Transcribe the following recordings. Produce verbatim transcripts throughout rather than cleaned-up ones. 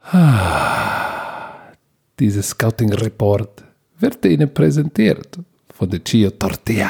Dieses Scouting Report wird Ihnen präsentiert von der Chio Tortilla.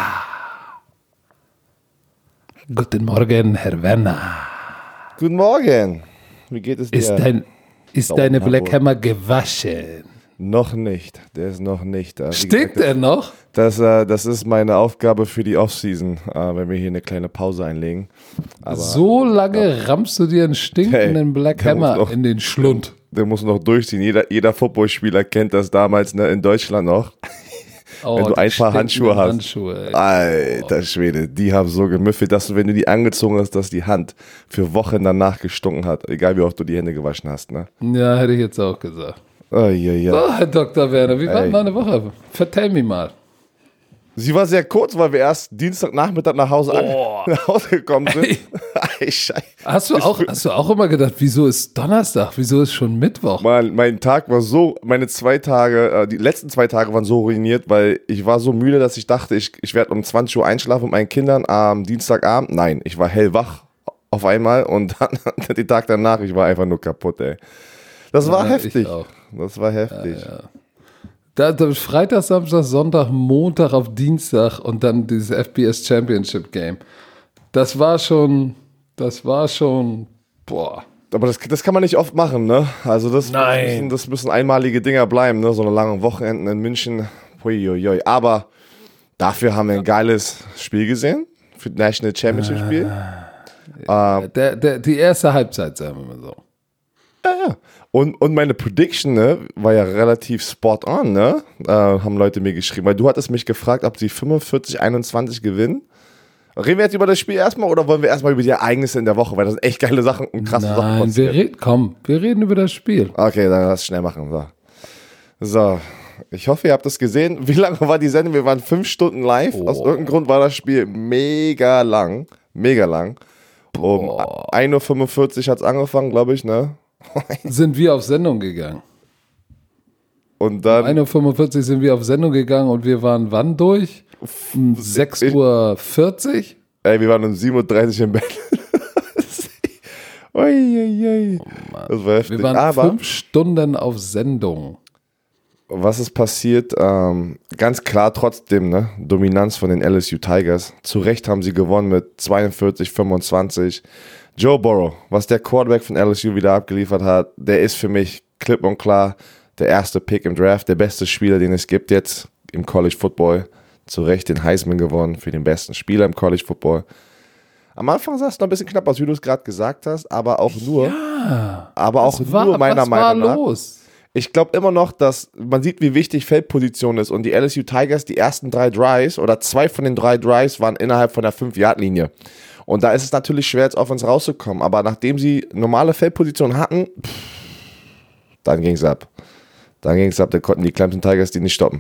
Guten Morgen, Herr Werner. Guten Morgen. Wie geht es dir? Ist, dein, ist deine Black Hammer gewaschen? Noch nicht. Der ist noch nicht da. Stinkt er noch? Das, äh, das ist meine Aufgabe für die Offseason, äh, wenn wir hier eine kleine Pause einlegen. Aber, so lange ja. rammst du dir einen stinkenden hey, Black Hammer noch, in den Schlund. Der, der muss noch durchziehen. Jeder, jeder Footballspieler kennt das damals, ne, in Deutschland noch. Oh, wenn du ein paar Handschuhe hast. Handschuhe, Alter Schwede, die haben so gemüffelt, dass du, wenn du die angezogen hast, dass die Hand für Wochen danach gestunken hat. Egal wie oft du die Hände gewaschen hast, ne? Ja, hätte ich jetzt auch gesagt. Oh, ja, ja. So, Herr Doktor Werner, wie war denn deine Woche? Vertell mir mal. Sie war sehr kurz, weil wir erst Dienstagnachmittag nach Hause, oh. an, nach Hause gekommen sind. Ey, hast, du auch, hast du auch immer gedacht, wieso ist Donnerstag, wieso ist schon Mittwoch? Mein, mein Tag war so, meine zwei Tage, die letzten zwei Tage waren so ruiniert, weil ich war so müde, dass ich dachte, ich, ich werde um zwanzig Uhr einschlafen mit meinen Kindern am Dienstagabend. Nein, ich war hellwach auf einmal und dann den Tag danach, ich war einfach nur kaputt, ey. Das war ja, heftig. Das war heftig. Ja, ja. Da, da, Freitag, Samstag, Sonntag, Montag auf Dienstag und dann dieses F B S Championship Game. Das war schon, das war schon, boah. Aber das, das kann man nicht oft machen, ne? Also das, Nein. Müssen, das müssen einmalige Dinger bleiben, ne? So eine lange Wochenenden in München. Huiuiui. Aber dafür haben wir ein geiles Spiel gesehen für das National Championship Spiel. Ja, ähm, der, der, die erste Halbzeit, sagen wir mal so. Ja, ja. Und, und meine Prediction, ne, war ja relativ spot on, ne? Äh, haben Leute mir geschrieben. Weil du hattest mich gefragt, ob sie fünfundvierzig einundzwanzig gewinnen. Reden wir jetzt über das Spiel erstmal oder wollen wir erstmal über die Ereignisse in der Woche? Weil das sind echt geile Sachen und krasse Nein, Sachen passiert. Wir red, komm, wir reden über das Spiel. Okay, dann lass schnell machen. So. so, ich hoffe, ihr habt das gesehen. Wie lange war die Sendung? Wir waren fünf Stunden live. Oh. Aus irgendeinem Grund war das Spiel mega lang. Mega lang. Um oh. ein Uhr fünfundvierzig hat es angefangen, glaube ich, ne? Sind wir auf Sendung gegangen. Und dann. Um ein Uhr fünfundvierzig sind wir auf Sendung gegangen und wir waren wann durch? Um sechs Uhr vierzig? Ey, wir waren um sieben Uhr dreißig im Bett. Uiuiui. Oh das war heftig. Wir waren Aber fünf Stunden auf Sendung. Was ist passiert? Ähm, ganz klar trotzdem, ne? Dominanz von den L S U Tigers. Zu Recht haben sie gewonnen mit zweiundvierzig fünfundzwanzig. Joe Burrow, was der Quarterback von L S U wieder abgeliefert hat, der ist für mich klipp und klar der erste Pick im Draft, der beste Spieler, den es gibt jetzt im College Football. Zu Recht den Heisman gewonnen für den besten Spieler im College Football. Am Anfang sah es noch ein bisschen knapp aus, wie du es gerade gesagt hast, aber auch nur, ja, aber auch war, nur meiner Meinung nach. Was war los? Ich glaube immer noch, dass man sieht, wie wichtig Feldposition ist und die L S U Tigers, die ersten drei Drives oder zwei von den drei Drives waren innerhalb von der fünf-Yard-Linie. Und da ist es natürlich schwer, jetzt auf uns rauszukommen. Aber nachdem sie normale Feldposition hatten, pff, dann ging es ab. Dann ging es ab, da konnten die Clemson Tigers die nicht stoppen.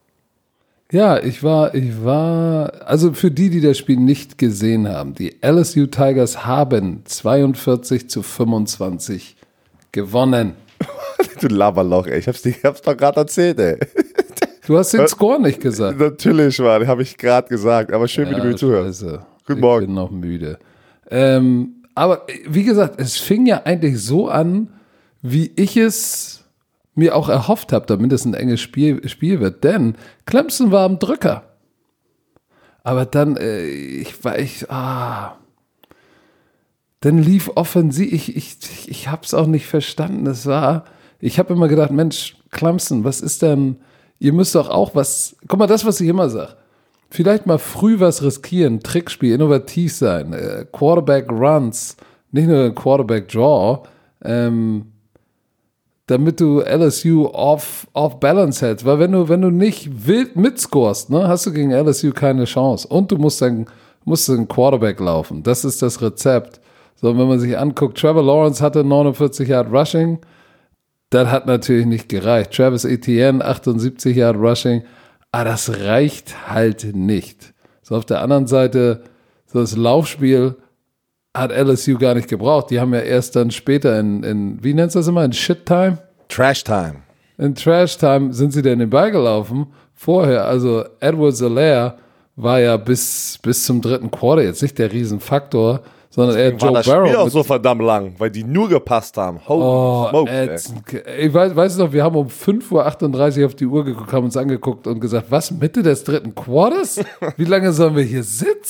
Ja, ich war, ich war, also für die, die das Spiel nicht gesehen haben, die L S U Tigers haben zweiundvierzig zu fünfundzwanzig gewonnen. Du Laberloch, ey. Ich hab's, ich hab's doch gerade erzählt, ey. Du hast den Score nicht gesagt. Natürlich, Mann, habe ich gerade gesagt. Aber schön, ja, wie du mir zuhörst. Guten Morgen. Ich bin noch müde. Ähm, aber wie gesagt, es fing ja eigentlich so an, wie ich es mir auch erhofft habe, damit es ein enges Spiel, Spiel wird. Denn Clemson war am Drücker. Aber dann, äh, ich war ich, ah, dann lief offensiv, ich, ich, ich habe es auch nicht verstanden. Es war, ich habe immer gedacht, Mensch, Clemson, was ist denn, ihr müsst doch auch was, guck mal, das, was ich immer sage. Vielleicht mal früh was riskieren, Trickspiel, innovativ sein, äh, Quarterback Runs, nicht nur Quarterback Draw, ähm, damit du L S U off, off balance hältst. Weil wenn du, wenn du nicht wild mitscorest, ne, hast du gegen L S U keine Chance. Und du musst dann, musst einen Quarterback laufen. Das ist das Rezept. So, wenn man sich anguckt, Trevor Lawrence hatte neunundvierzig Yard Rushing, das hat natürlich nicht gereicht. Travis Etienne, achtundsiebzig Yard Rushing, aber das reicht halt nicht. So, auf der anderen Seite, so das Laufspiel hat L S U gar nicht gebraucht. Die haben ja erst dann später in, in wie nennst du das immer, in Shit-Time? Trash-Time. In Trash-Time sind sie dann den Ball gelaufen. Vorher, also Edwards-Helaire war ja bis, bis zum dritten Quarter jetzt nicht der Riesenfaktor, sondern eher War Joe das Spiel Burrow. auch mit- so verdammt lang, weil die nur gepasst haben. Holy Oh, smoke, ey. ätzend. Ich weiß, weiß noch, wir haben um fünf Uhr achtunddreißig auf die Uhr geguckt, haben uns angeguckt und gesagt, was, Mitte des dritten Quarters? Wie lange sollen wir hier sitzen?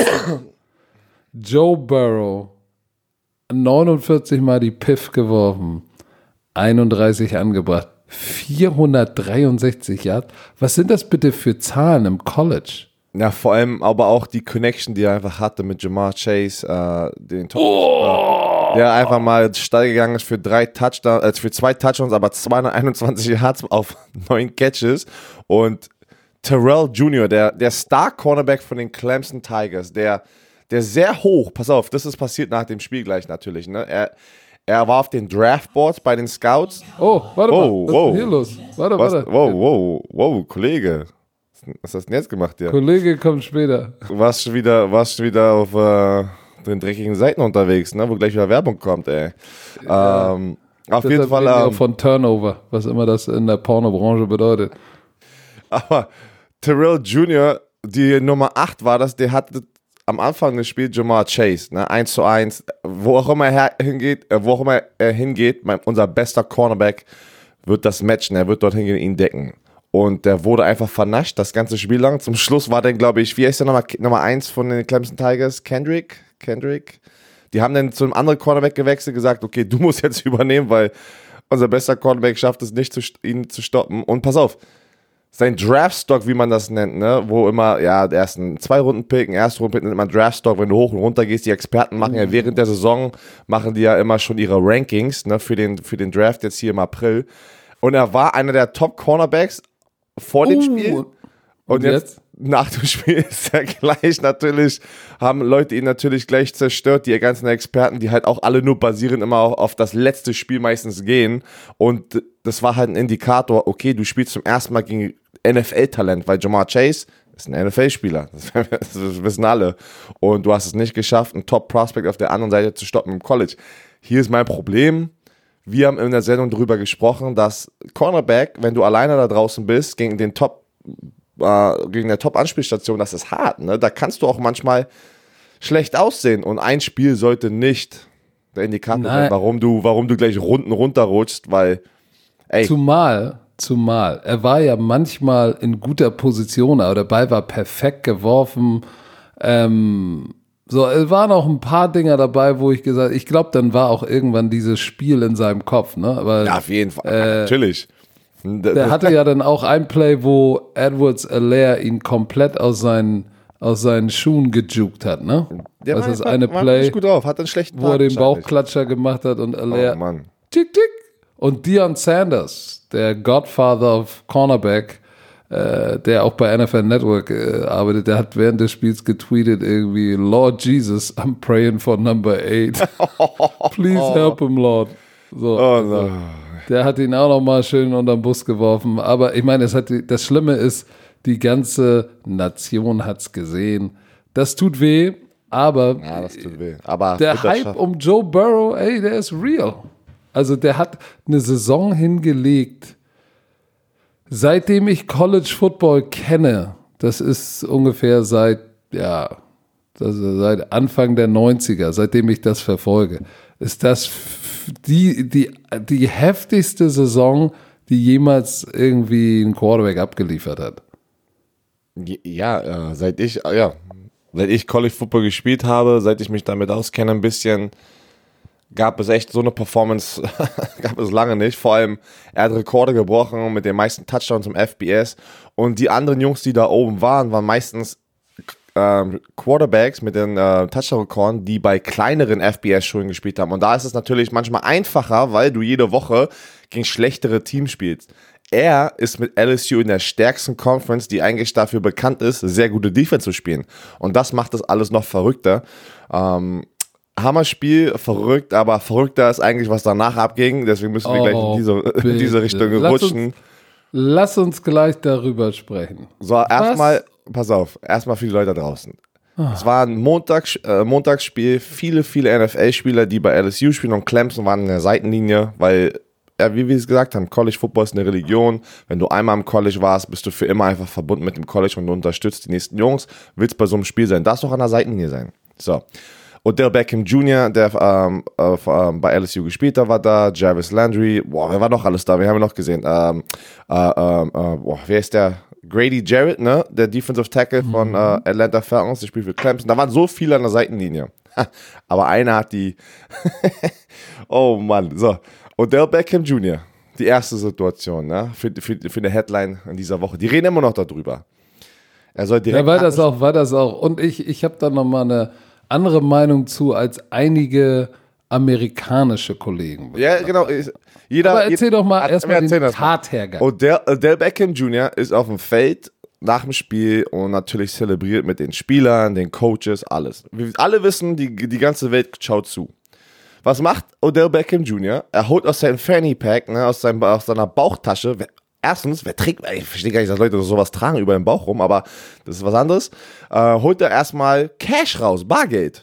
Joe Burrow, neunundvierzig Mal die Piff geworfen, einunddreißig angebracht, vierhundertdreiundsechzig Yards. Was sind das bitte für Zahlen im College? Ja, vor allem aber auch die Connection, die er einfach hatte mit Jamar Chase, äh, den Top, Oh. äh, der einfach mal steil gegangen ist für drei Touchdowns, äh, für zwei Touchdowns, aber zweihunderteinundzwanzig Yards auf neun Catches. Und Terrell Junior, der, der Star-Cornerback von den Clemson Tigers, der, der sehr hoch, pass auf, das ist passiert nach dem Spiel gleich natürlich, ne? Er, er war auf den Draftboards bei den Scouts. Oh, warte Oh, mal, was wow. ist denn hier los? Warte, Was? warte. Wow, wow, wow, Kollege. Was hast du denn jetzt gemacht hier? Kollege kommt später. Du warst schon wieder, warst schon wieder auf äh, den dreckigen Seiten unterwegs, ne? Wo gleich wieder Werbung kommt, ey. Ja. Ähm, auf Deshalb jeden Fall. reden wir auch Ähm, von Turnover, was immer das in der Pornobranche bedeutet. aber Terrell Junior, die Nummer acht war das, der hatte am Anfang des Spiels Jamar Chase, ne? eins zu eins. Wo auch immer er hingeht, äh, wo auch immer er hingeht, mein, unser bester Cornerback wird das matchen, er wird dort hingehen und ihn decken. Und der wurde einfach vernascht, das ganze Spiel lang. Zum Schluss war dann, glaube ich, wie heißt der Nummer, Nummer eins von den Clemson Tigers? Kendrick? Kendrick? Die haben dann zu einem anderen Cornerback gewechselt, gesagt, okay, du musst jetzt übernehmen, weil unser bester Cornerback schafft es nicht, zu, ihn zu stoppen. Und pass auf, sein Draftstock, wie man das nennt, ne, wo immer, ja, der ersten zwei Runden picken, erste Runde picken, nennt man Draftstock, wenn du hoch und runter gehst, die Experten machen ja während der Saison, machen die ja immer schon ihre Rankings, ne, für den, für den Draft jetzt hier im April. Und er war einer der Top-Cornerbacks vor dem Oh. Spiel. Und, Und jetzt, jetzt? nach dem Spiel ist er gleich natürlich, haben Leute ihn natürlich gleich zerstört, die ganzen Experten, die halt auch alle nur basierend immer auf, auf das letzte Spiel meistens gehen. Und das war halt ein Indikator, okay, du spielst zum ersten Mal gegen N F L-Talent, weil Jamar Chase ist ein N F L-Spieler, das, das wissen alle. Und du hast es nicht geschafft, einen Top-Prospect auf der anderen Seite zu stoppen im College. Hier ist mein Problem. Wir haben in der Sendung darüber gesprochen, dass Cornerback, wenn du alleine da draußen bist, gegen den Top, äh, gegen eine Top-Anspielstation, das ist hart, ne? Da kannst du auch manchmal schlecht aussehen und ein Spiel sollte nicht der Indikator Nein. sein, warum du, warum du gleich Runden runterrutschst, weil, ey, Zumal, zumal, er war ja manchmal in guter Position, aber der Ball war perfekt geworfen. Ähm, so, es waren auch ein paar Dinger dabei, wo ich gesagt, ich glaube, dann war auch irgendwann dieses Spiel in seinem Kopf, ne? Aber ja, auf jeden Fall, äh, natürlich. der hatte ja dann auch ein Play, wo Edwards-Helaire ihn komplett aus seinen, aus seinen Schuhen gejuckt hat, ne? Der das war ist einfach- eine war Play, nicht gut drauf, hat einen schlechten wo er Tag den wahrscheinlich. Bauchklatscher gemacht hat und Oh Helaire Mann. Tick, tick. Und Deion Sanders, der Godfather of Cornerback, äh, der auch bei N F L Network äh, arbeitet, der hat während des Spiels getweetet irgendwie, Lord Jesus, I'm praying for number eight. Please help him, Lord. So, Oh also, no. der hat ihn auch noch mal schön unter den Bus geworfen. Aber ich meine, es hat die, das Schlimme ist, die ganze Nation hat's gesehen. Das tut weh, aber Ja, das tut weh. Aber der wird das Hype schaffen. um Joe Burrow, ey, der ist real. Also der hat eine Saison hingelegt, seitdem ich College Football kenne, das ist ungefähr seit, ja, das ist seit Anfang der neunziger, seitdem ich das verfolge, ist das f- die, die, die heftigste Saison, die jemals irgendwie ein Quarterback abgeliefert hat. Ja, äh, seit ich, äh, ja, seit ich College Football gespielt habe, seit ich mich damit auskenne ein bisschen, gab es echt so eine Performance, gab es lange nicht. Vor allem, er hat Rekorde gebrochen mit den meisten Touchdowns im F B S. Und die anderen Jungs, die da oben waren, waren meistens ähm, Quarterbacks mit den äh, Touchdown-Rekorden, die bei kleineren F B S-Schulen gespielt haben. Und da ist es natürlich manchmal einfacher, weil du jede Woche gegen schlechtere Teams spielst. Er ist mit L S U in der stärksten Conference, die eigentlich dafür bekannt ist, sehr gute Defense zu spielen. Und das macht das alles noch verrückter. Ähm, Hammerspiel, verrückt, aber verrückter ist eigentlich, was danach abging. Deswegen müssen wir Oh, gleich in diese, in bitte. diese Richtung Lass rutschen. uns- Lass uns gleich darüber sprechen. So, erstmal, pass auf, erstmal für die Leute da draußen. Es war ein Montags, äh, Montagsspiel, viele, viele N F L-Spieler, die bei L S U spielen und Clemson waren in der Seitenlinie, weil, ja, wie wir es gesagt haben, College Football ist eine Religion. Wenn du einmal im College warst, bist du für immer einfach verbunden mit dem College und du unterstützt die nächsten Jungs, willst bei so einem Spiel sein, darfst doch an der Seitenlinie sein. So. Odell Beckham Junior, der ähm, äh, bei L S U gespielt hat, war da. Jarvis Landry, boah, wer war noch alles da? Wir haben ihn noch gesehen. Ähm, äh, äh, äh, boah, wer ist der? Grady Jarrett, ne? Der Defensive Tackle mhm. von äh, Atlanta Falcons, der spielt für Clemson. Da waren so viele an der Seitenlinie. Aber einer hat die. Oh Mann, so. Odell Beckham Junior, die erste Situation, ne? Für, für, für eine Headline in dieser Woche. Die reden immer noch darüber. Er soll direkt. Ja, war das auch, war das auch. Und ich, ich habe da nochmal eine andere Meinung zu als einige amerikanische Kollegen. Ja, genau. Jeder, Aber erzähl jeder, doch mal erstmal den Tathergang. Odell, Odell Beckham Junior ist auf dem Feld nach dem Spiel und natürlich zelebriert mit den Spielern, den Coaches, alles. Wir alle wissen, die, die ganze Welt schaut zu. Was macht Odell Beckham Junior? Er holt aus seinem Fanny Pack, ne, aus, seinem, aus seiner Bauchtasche. Erstens, wer trägt, ich verstehe gar nicht, dass Leute sowas tragen über den Bauch rum, aber das ist was anderes. Äh, holt er erstmal Cash raus, Bargeld.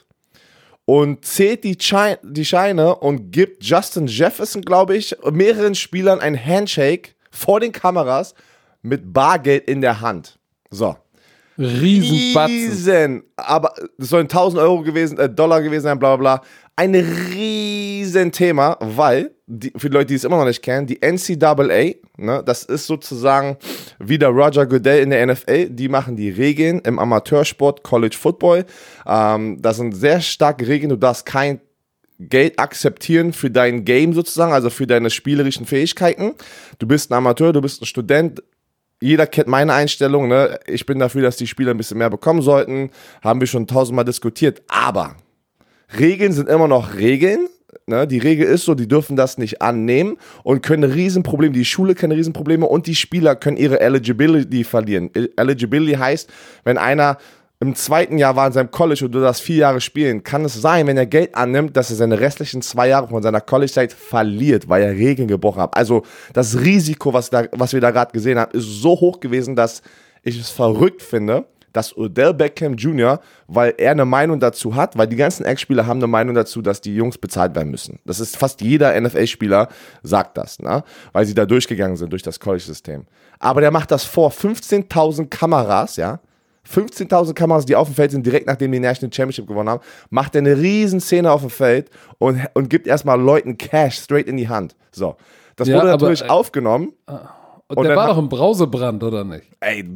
Und zählt die, Scheine, die Scheine und gibt Justin Jefferson, glaube ich, mehreren Spielern ein Handshake vor den Kameras mit Bargeld in der Hand. So. Riesenbatzen. Riesen. Aber das sollen tausend Euro gewesen, äh, Dollar gewesen sein, bla bla bla. Ein riesen Thema, weil, die, für die Leute, die es immer noch nicht kennen, die N C A A, ne, das ist sozusagen wie der Roger Goodell in der N F L, die machen die Regeln im Amateursport, College Football. Ähm, das sind sehr starke Regeln, du darfst kein Geld akzeptieren für dein Game sozusagen, also für deine spielerischen Fähigkeiten. Du bist ein Amateur, du bist ein Student. Jeder kennt meine Einstellung, ne? Ich bin dafür, dass die Spieler ein bisschen mehr bekommen sollten. Haben wir schon tausendmal diskutiert. Aber Regeln sind immer noch Regeln. Ne? Die Regel ist so, die dürfen das nicht annehmen und können Riesenprobleme, die Schule können Riesenprobleme und die Spieler können ihre Eligibility verlieren. Eligibility heißt, wenn einer im zweiten Jahr war in seinem College und du das vier Jahre spielen, kann es sein, wenn er Geld annimmt, dass er seine restlichen zwei Jahre von seiner College-Zeit verliert, weil er Regeln gebrochen hat. Also das Risiko, was, da, was wir da gerade gesehen haben, ist so hoch gewesen, dass ich es verrückt finde, dass Odell Beckham Junior, weil er eine Meinung dazu hat, weil die ganzen Ex-Spieler haben eine Meinung dazu, dass die Jungs bezahlt werden müssen. Das ist fast jeder N F L-Spieler sagt das, ne? Weil sie da durchgegangen sind durch das College-System. Aber der macht das vor fünfzehntausend Kameras, ja? fünfzehntausend Kameras, die auf dem Feld sind, direkt nachdem die National Championship gewonnen haben, macht er eine riesen Szene auf dem Feld und, und gibt erstmal Leuten Cash straight in die Hand. So. Das ja, wurde natürlich aber, äh, aufgenommen. Und, und der war doch im Brausebrand, oder nicht? Ey,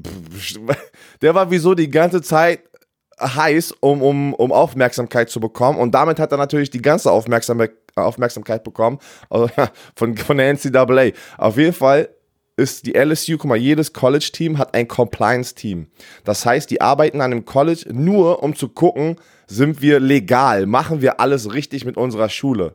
der war wieso die ganze Zeit heiß, um, um, um Aufmerksamkeit zu bekommen. Und damit hat er natürlich die ganze Aufmerksamkeit, Aufmerksamkeit bekommen also, ja, von, von der N C A A. Auf jeden Fall ist die L S U, guck mal, jedes College-Team hat ein Compliance-Team. Das heißt, die arbeiten an einem College nur, um zu gucken, sind wir legal, machen wir alles richtig mit unserer Schule.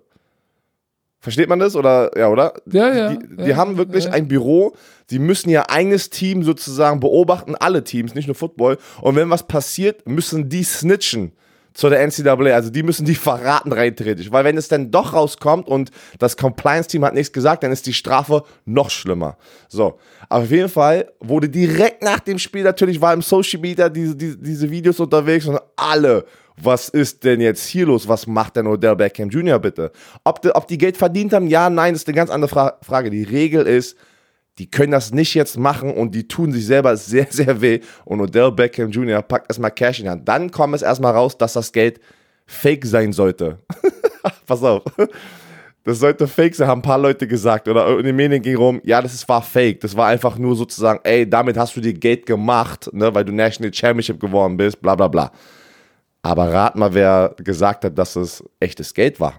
Versteht man das? Oder, ja, oder? Ja, ja. Die, die ja, haben wirklich ja. ein Büro, die müssen ihr eigenes Team sozusagen beobachten, alle Teams, nicht nur Football. Und wenn was passiert, müssen die snitchen zu der N C A A. Also die müssen die verraten rein theoretisch. Weil wenn es dann doch rauskommt und das Compliance-Team hat nichts gesagt, dann ist die Strafe noch schlimmer. So, auf jeden Fall wurde direkt nach dem Spiel, natürlich war im Social Media diese, diese, diese Videos unterwegs und alle, was ist denn jetzt hier los? Was macht denn Odell Beckham Junior bitte? Ob die, ob die Geld verdient haben? Ja, nein, das ist eine ganz andere Fra- Frage. Die Regel ist, die können das nicht jetzt machen und die tun sich selber sehr, sehr weh. Und Odell Beckham Junior packt erstmal Cash in die Hand. Dann kommt es erstmal raus, dass das Geld fake sein sollte. Pass auf. Das sollte fake sein, haben ein paar Leute gesagt. Oder in den Medien ging rum, ja, das ist, war fake. Das war einfach nur sozusagen, ey, damit hast du dir Geld gemacht, ne, weil du National Championship geworden bist, bla bla bla. Aber rat mal, wer gesagt hat, dass es echtes Geld war.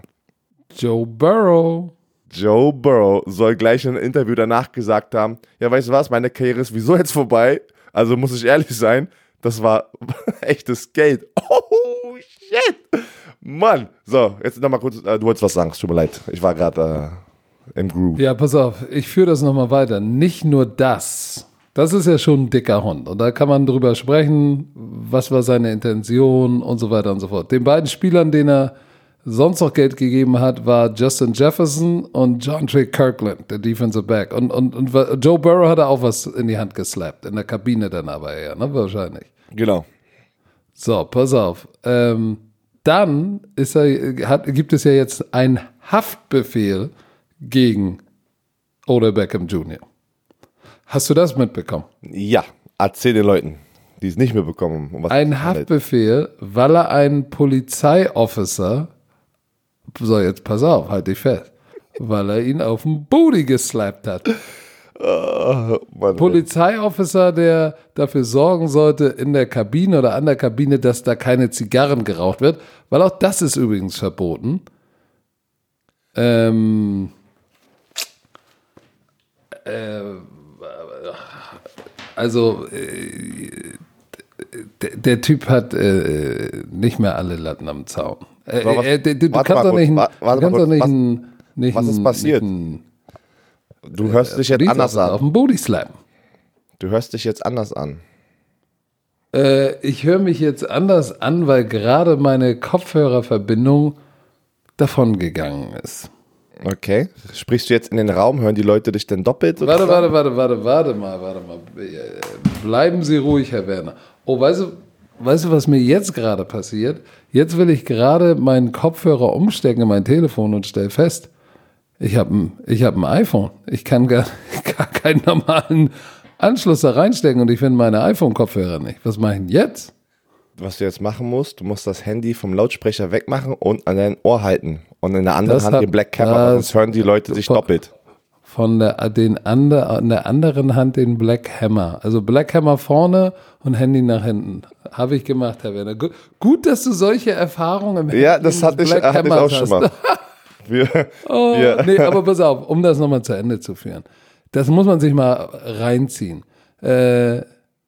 Joe Burrow. Joe Burrow soll gleich in einem Interview danach gesagt haben, ja, weißt du was, meine Karriere ist wieso jetzt vorbei? Also muss ich ehrlich sein, das war echtes Geld. Oh, shit. Mann. So, jetzt nochmal kurz, äh, du wolltest was sagen, es tut mir leid. Ich war gerade äh, im Groove. Ja, pass auf, ich führe das nochmal weiter. Nicht nur das. Das ist ja schon ein dicker Hund. Und da kann man drüber sprechen, was war seine Intention und so weiter und so fort. Den beiden Spielern, denen er sonst noch Geld gegeben hat, war Justin Jefferson und John Trey Kirkland, der Defensive Back. Und, und, und Joe Burrow hat auch was in die Hand geslappt. In der Kabine dann aber eher, ne? Wahrscheinlich. Genau. So, pass auf. Ähm, dann ist er, hat, gibt es ja jetzt einen Haftbefehl gegen Odell Beckham Junior Hast du das mitbekommen? Ja, erzähl den Leuten. die es nicht mehr bekommen. Um was Ein es handelt. Haftbefehl, weil er einen Polizeiofficer, so jetzt pass auf, halt dich fest, weil er ihn auf den Booty geslappt hat. Oh, Mann, Polizeiofficer, der dafür sorgen sollte in der Kabine oder an der Kabine, dass da keine Zigarren geraucht wird, weil auch das ist übrigens verboten. Ähm, äh, also äh, der, der Typ hat äh, nicht mehr alle Latten am Zaun. Äh, was, äh, du, du warte kannst mal doch nicht, kurz, ein, warte du kannst mal doch nicht kurz, ein, nicht was ist ein, passiert? Nicht ein, Du hörst dich jetzt Police anders Officer auf an. dem Booty slappen. Du hörst dich jetzt anders an. Äh, ich höre mich jetzt anders an, weil gerade meine Kopfhörerverbindung davon gegangen ist. Okay. Sprichst du jetzt in den Raum? Hören die Leute dich denn doppelt? Warte, warte, warte, warte, warte mal, warte mal. Bleiben Sie ruhig, Herr Werner. Oh, weißt du, weißt du, was mir jetzt gerade passiert? Jetzt will ich gerade meinen Kopfhörer umstecken in mein Telefon und stell fest, ich habe ein, ich hab ein iPhone. Ich kann gar, gar keinen normalen Anschluss da reinstecken und ich finde meine iPhone-Kopfhörer nicht. Was mache ich denn jetzt? Was du jetzt machen musst, du musst das Handy vom Lautsprecher wegmachen und an dein Ohr halten. Und in der anderen Das Hand hat- den Black Camera, das- sonst hören die Leute dich von- doppelt. Von der, den ander, in der anderen Hand den Black Hammer. Also Black Hammer vorne und Handy nach hinten. Habe ich gemacht, Herr Werner. Gut, gut, dass du solche Erfahrungen im Ja, Handling das hatte des ich, Black hatte ich Hammers auch schon hast. mal. Wir, Oh, wir, nee, aber pass auf, um das nochmal zu Ende zu führen. Das muss man sich mal reinziehen. Äh,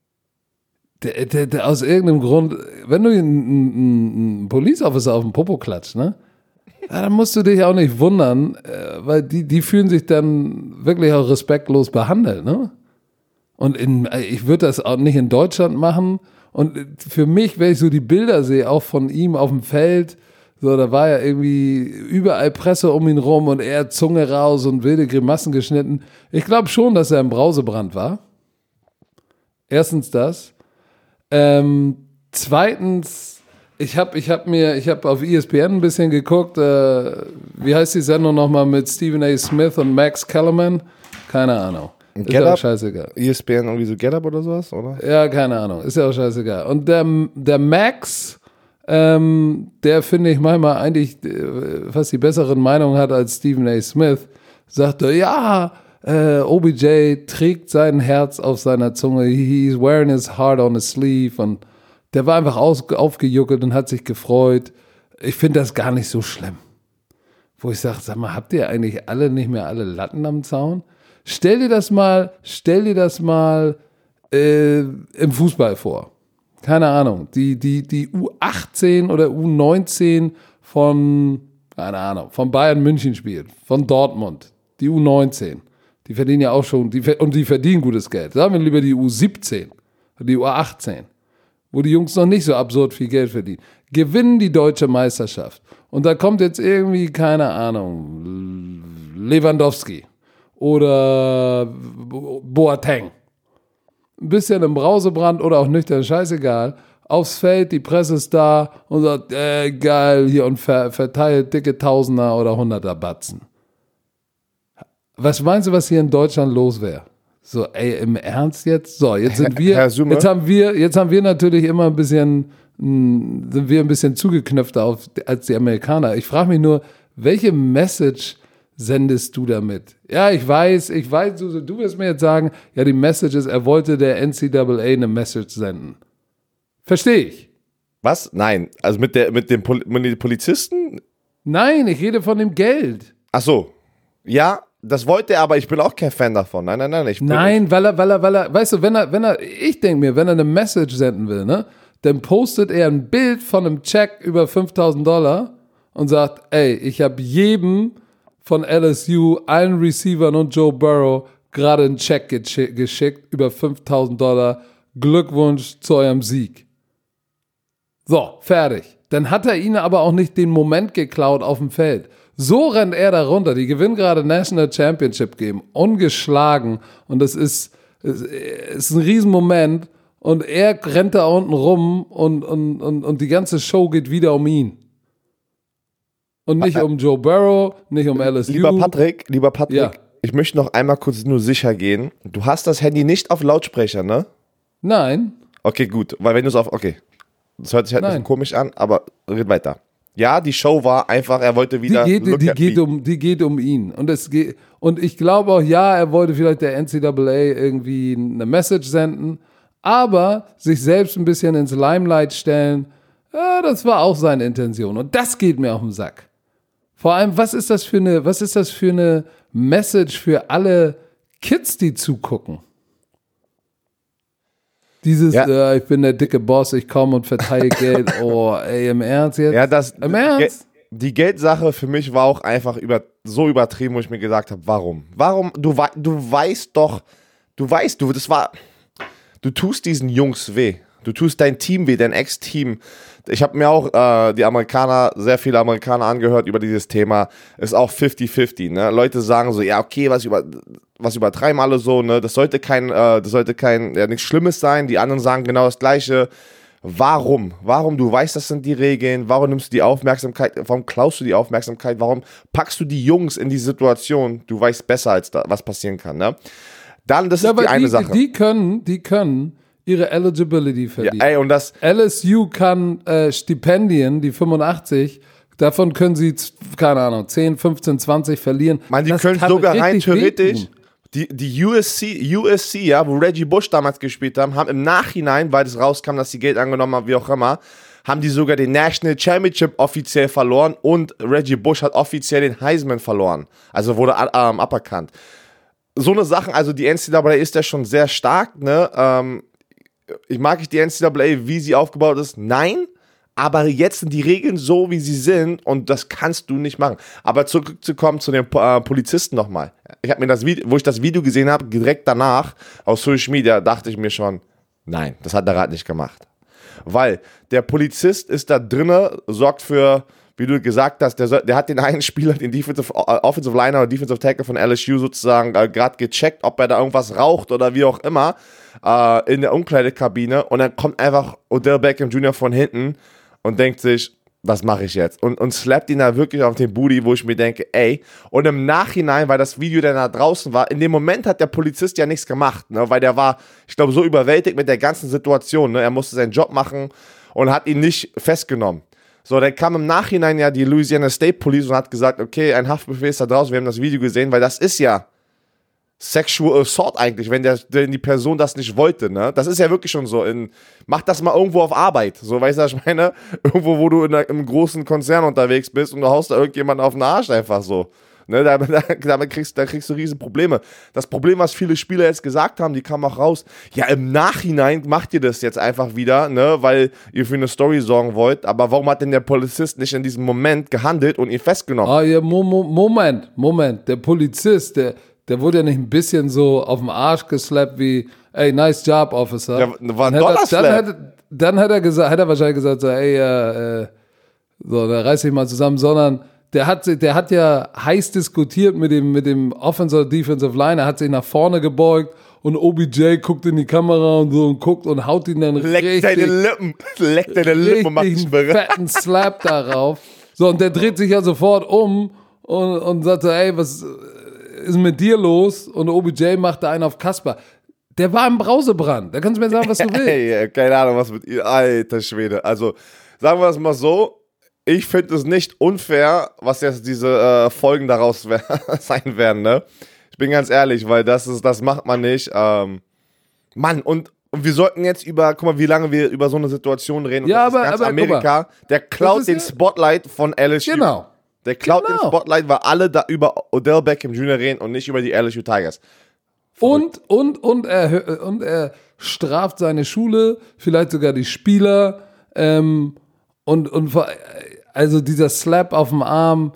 der, der, der, aus irgendeinem Grund, wenn du einen, einen, einen Police Officer auf den Popo klatscht, ne? Ja, dann musst du dich auch nicht wundern, äh, weil die, die fühlen sich dann wirklich auch respektlos behandelt, ne? Und in, ich würde das auch nicht in Deutschland machen. Und für mich, wenn ich so die Bilder sehe, auch von ihm auf dem Feld, so, da war ja irgendwie überall Presse um ihn rum und er Zunge raus und wilde Grimassen geschnitten. Ich glaube schon, dass er im Brausebrand war. Erstens das. Ähm, zweitens, ich habe ich hab mir, ich habe auf E S P N ein bisschen geguckt, äh, wie heißt die Sendung nochmal mit Stephen A. Smith und Max Kellerman? Keine Ahnung. Ist Get ja auch Up? scheißegal. E S P N irgendwie so Get Up oder sowas, oder? Ja, keine Ahnung. Ist ja auch scheißegal. Und der, der Max, ähm, der finde ich manchmal eigentlich äh, fast die besseren Meinungen hat als Stephen A. Smith, sagte, ja, äh, O B J trägt sein Herz auf seiner Zunge, he's wearing his heart on his sleeve und der war einfach aus, aufgejuckelt und hat sich gefreut. Ich finde das gar nicht so schlimm. Wo ich sage, sag mal, habt ihr eigentlich alle nicht mehr alle Latten am Zaun? Stell dir das mal, stell dir das mal äh, im Fußball vor. Keine Ahnung, die, die, die U achtzehn oder U neunzehn von, keine Ahnung, von Bayern München spielt, von Dortmund, die U neunzehn. Die verdienen ja auch schon, die, und die verdienen gutes Geld. Sagen wir lieber die U siebzehn, die U achtzehn, wo die Jungs noch nicht so absurd viel Geld verdienen. Gewinnen die deutsche Meisterschaft. Und da kommt jetzt irgendwie, keine Ahnung, Lewandowski oder Boateng. Ein bisschen im Brausebrand oder auch nüchtern, scheißegal. Aufs Feld, die Presse ist da und sagt, äh, geil, hier und ver verteilt dicke Tausender oder Hunderter Batzen. Was meinst du, was hier in Deutschland los wäre? So, ey, im Ernst jetzt? So, jetzt sind wir, Herr Summe? jetzt haben wir, jetzt haben wir natürlich immer ein bisschen, mh, sind wir ein bisschen zugeknöpfter auf, als die Amerikaner. Ich frage mich nur, welche Message sendest du damit? Ja, ich weiß, ich weiß, du, du wirst mir jetzt sagen, ja, die Message ist, er wollte der N C A A eine Message senden. Verstehe ich. Was? Nein. Also mit, der, mit, dem Pol mit den Polizisten? Nein, ich rede von dem Geld. Ach so. Ja, das wollte er, aber ich bin auch kein Fan davon. Nein, nein, nein. Ich bin Nein, weil er, weil er, weil er, weißt du, wenn er, wenn er, ich denke mir, wenn er eine Message senden will, ne, dann postet er ein Bild von einem Check über fünftausend Dollar und sagt, ey, ich habe jedem von L S U, allen Receivern und Joe Burrow gerade einen Check geschick, geschickt über fünftausend Dollar. Glückwunsch zu eurem Sieg. So, fertig. Dann hat er ihnen aber auch nicht den Moment geklaut auf dem Feld. So rennt er da runter. Die gewinnen gerade National Championship Game. Ungeschlagen. Und das ist, ist, ist ein Riesenmoment. Und er rennt da unten rum und, und, und, und die ganze Show geht wieder um ihn. Und nicht um Joe Burrow, nicht um L S U. Lieber Patrick, lieber Patrick, Ja. ich möchte noch einmal kurz nur sicher gehen. Du hast das Handy nicht auf Lautsprecher, ne? Nein. Okay, gut, weil wenn du es auf, okay, das hört sich halt ein bisschen Nein. komisch an, aber red weiter. Ja, die Show war einfach, er wollte wieder Die geht, look die at geht, me. um, die geht um ihn. Und, es geht, und ich glaube auch, ja, er wollte vielleicht der N C double A irgendwie eine Message senden, aber sich selbst ein bisschen ins Limelight stellen, ja, das war auch seine Intention. Und das geht mir auf den Sack. Vor allem, was ist das für eine, was ist das für eine Message für alle Kids, die zugucken? Dieses, Ja. äh, ich bin der dicke Boss, ich komme und verteile Geld. Oh, ey, im Ernst jetzt? Ja, das, Im Ernst? die Geldsache für mich war auch einfach über, so übertrieben, wo ich mir gesagt habe, warum? Warum? Du, wei- du weißt doch, du weißt, du, das war, du tust diesen Jungs weh. Du tust dein Team weh, dein Ex-Team. Ich habe mir auch äh, die Amerikaner, sehr viele Amerikaner angehört über dieses Thema. Ist auch fifty fifty, ne? Leute sagen so, ja, okay, was, über, was übertreiben alle so, ne? Das sollte kein, äh, das sollte kein, ja, nichts Schlimmes sein. Die anderen sagen genau das Gleiche. Warum? Warum? Du weißt, das sind die Regeln. Warum nimmst du die Aufmerksamkeit? Warum klaust du die Aufmerksamkeit? Warum packst du die Jungs in die Situation? Du weißt besser, als da, was passieren kann, ne? Dann, das Ja, ist die aber eine die, Sache. die können, die können ihre Eligibility Ja, verlieren. ey, und das, L S U kann äh, Stipendien, die fünfundachtzig, davon können sie, z- keine Ahnung, zehn, fünfzehn, zwanzig verlieren. man, die Das können kann sogar rein richtig theoretisch, wehtun. die, die U S C, U S C, ja, wo Reggie Bush damals gespielt haben, haben im Nachhinein, weil das rauskam, dass sie Geld angenommen haben, wie auch immer, haben die sogar den National Championship offiziell verloren und Reggie Bush hat offiziell den Heisman verloren. Also wurde ähm, aberkannt. So eine Sache, also die N C double A ist ja schon sehr stark, ne, ähm, ich mag ich die N C double A, wie sie aufgebaut ist? Nein, aber jetzt sind die Regeln so, wie sie sind und das kannst du nicht machen. Aber zurückzukommen zu den äh, Polizisten nochmal. Ich habe mir das Video, wo ich das Video gesehen habe, direkt danach auf Social Media, dachte ich mir schon, nein, das hat der Rat nicht gemacht. Weil der Polizist ist da drinne, sorgt für, wie du gesagt hast, der, soll, der hat den einen Spieler, den Defensive, uh, Offensive Liner oder Defensive Tackle von L S U sozusagen äh, gerade gecheckt, ob er da irgendwas raucht oder wie auch immer, äh, in der Umkleidekabine und dann kommt einfach Odell Beckham Junior von hinten und denkt sich, was mache ich jetzt? Und, und slappt ihn da wirklich auf den Booty, wo ich mir denke, ey, und im Nachhinein, weil das Video dann da draußen war, in dem Moment hat der Polizist ja nichts gemacht, ne, weil der war, ich glaube, so überwältigt mit der ganzen Situation, ne, er musste seinen Job machen und hat ihn nicht festgenommen. So, dann kam im Nachhinein ja die Louisiana State Police und hat gesagt, okay, ein Haftbefehl ist da draußen, wir haben das Video gesehen, weil das ist ja Sexual Assault eigentlich, wenn, der, wenn die Person das nicht wollte, ne? Das ist ja wirklich schon so. In, mach das mal irgendwo auf Arbeit. So, weißt du, was ich meine? Irgendwo, wo du in einem großen Konzern unterwegs bist und du haust da irgendjemanden auf den Arsch einfach so. Ne? Da, da, damit kriegst, da kriegst du riesen Probleme. Das Problem, was viele Spieler jetzt gesagt haben, die kamen auch raus, ja, im Nachhinein macht ihr das jetzt einfach wieder, ne? Weil ihr für eine Story sorgen wollt. Aber warum hat denn der Polizist nicht in diesem Moment gehandelt und ihn festgenommen? Ah, ja, Mo- Mo- Moment, Moment. Der Polizist, der, der wurde ja nicht ein bisschen so auf den Arsch geslappt wie, ey, nice job, Officer. Ja, war ein Dann hat er- Dollarslap. Dann hat, dann hat er gesagt, hat er wahrscheinlich gesagt, so, ey, äh, äh, so, da reiß dich mal zusammen, sondern der hat, der hat ja heiß diskutiert mit dem, mit dem Offensive Defensive Line, er hat sich nach vorne gebeugt und O B J guckt in die Kamera und so und guckt und haut ihn dann Leck richtig, deine Lippen. Leck deine Lippen und mach dich richtig bereit. fetten Slap darauf. So, und der dreht sich ja sofort um und, und sagt so, ey, was ist mit dir los? Und O B J macht da einen auf Kasper. Der war im Brausebrand. Da kannst du mir sagen, was du willst. Ey, keine Ahnung, was mit ihr. Alter Schwede. Also, sagen wir es mal so. Ich finde es nicht unfair, was jetzt diese äh, Folgen daraus wer- sein werden, ne? Ich bin ganz ehrlich, weil das ist, das macht man nicht. Ähm, Mann, und, und wir sollten jetzt über, guck mal, wie lange wir über so eine Situation reden. Und Ja, das aber- ist ganz aber guck Amerika, der klaut ist den ja- Spotlight von L S U. Genau. Der klaut Genau. den Spotlight, weil alle da über Odell Beckham Junior reden und nicht über die L S U Tigers. Und, und, und, er, und er straft seine Schule, vielleicht sogar die Spieler. Ähm, und, und vor- also dieser Slap auf dem Arm.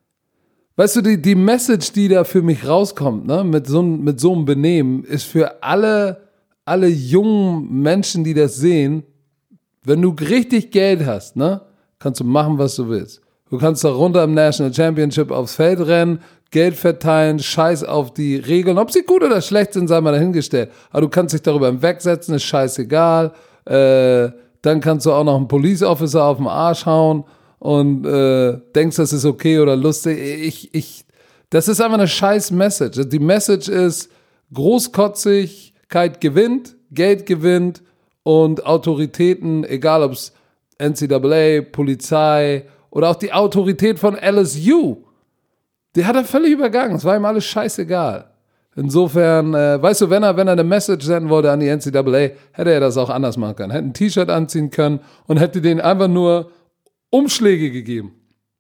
Weißt du, die, die Message, die da für mich rauskommt, ne, mit so, mit so einem Benehmen, ist für alle, alle jungen Menschen, die das sehen, wenn du richtig Geld hast, ne, kannst du machen, was du willst. Du kannst da runter im National Championship aufs Feld rennen, Geld verteilen, scheiß auf die Regeln. Ob sie gut oder schlecht sind, sei mal dahingestellt. Aber du kannst dich darüber hinwegsetzen, ist scheißegal. Äh, dann kannst du auch noch einen Police Officer auf den Arsch hauen und äh, denkst, das ist okay oder lustig. Ich, ich, das ist einfach eine scheiß Message. Die Message ist, Großkotzigkeit gewinnt, Geld gewinnt, und Autoritäten, egal ob es N C A A, Polizei oder auch die Autorität von L S U, die hat er völlig übergangen. Es war ihm alles scheißegal. Insofern, äh, weißt du, wenn er, wenn er eine Message senden wollte an die N C A A, hätte er das auch anders machen können. Hätte ein T-Shirt anziehen können und hätte denen einfach nur Umschläge gegeben.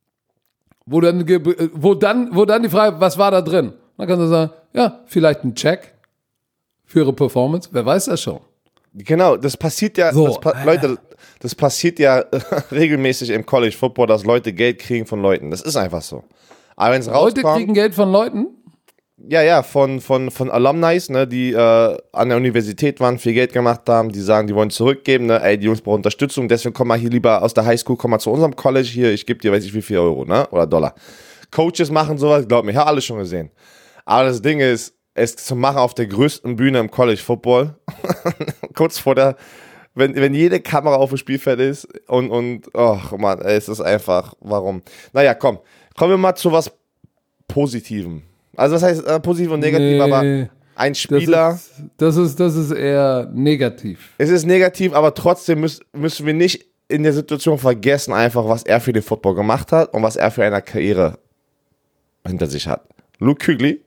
Wo dann, wo dann, wo dann die Frage, was war da drin? Dann kannst du sagen, ja, vielleicht ein Check für ihre Performance. Wer weiß das schon? Genau, das passiert ja, So, das pa- Leute, das passiert ja regelmäßig im College Football, dass Leute Geld kriegen von Leuten. Das ist einfach so. Aber wenn es Leute rauskommt, kriegen Geld von Leuten? ja, ja, von, von, von Alumni, ne, die äh, an der Universität waren, viel Geld gemacht haben, die sagen, die wollen zurückgeben, ne, ey, die Jungs brauchen Unterstützung, deswegen komm mal hier lieber aus der Highschool, komm mal zu unserem College, hier, ich gebe dir, weiß ich wie viel Euro, ne, oder Dollar. Coaches machen sowas, glaub mir, ich habe alles schon gesehen. Aber das Ding ist, es zu machen auf der größten Bühne im College Football, kurz vor der, wenn, wenn jede Kamera auf dem Spielfeld ist und, und, oh Mann, es ist einfach, warum? Naja, komm, kommen wir mal zu was Positivem. Also was heißt äh, positiv und negativ, Nee, aber ein Spieler. Das ist, das ist, das ist eher negativ. Es ist negativ, aber trotzdem müssen, müssen wir nicht in der Situation vergessen, einfach, was er für den Football gemacht hat und was er für eine Karriere hinter sich hat. Luke Kuechly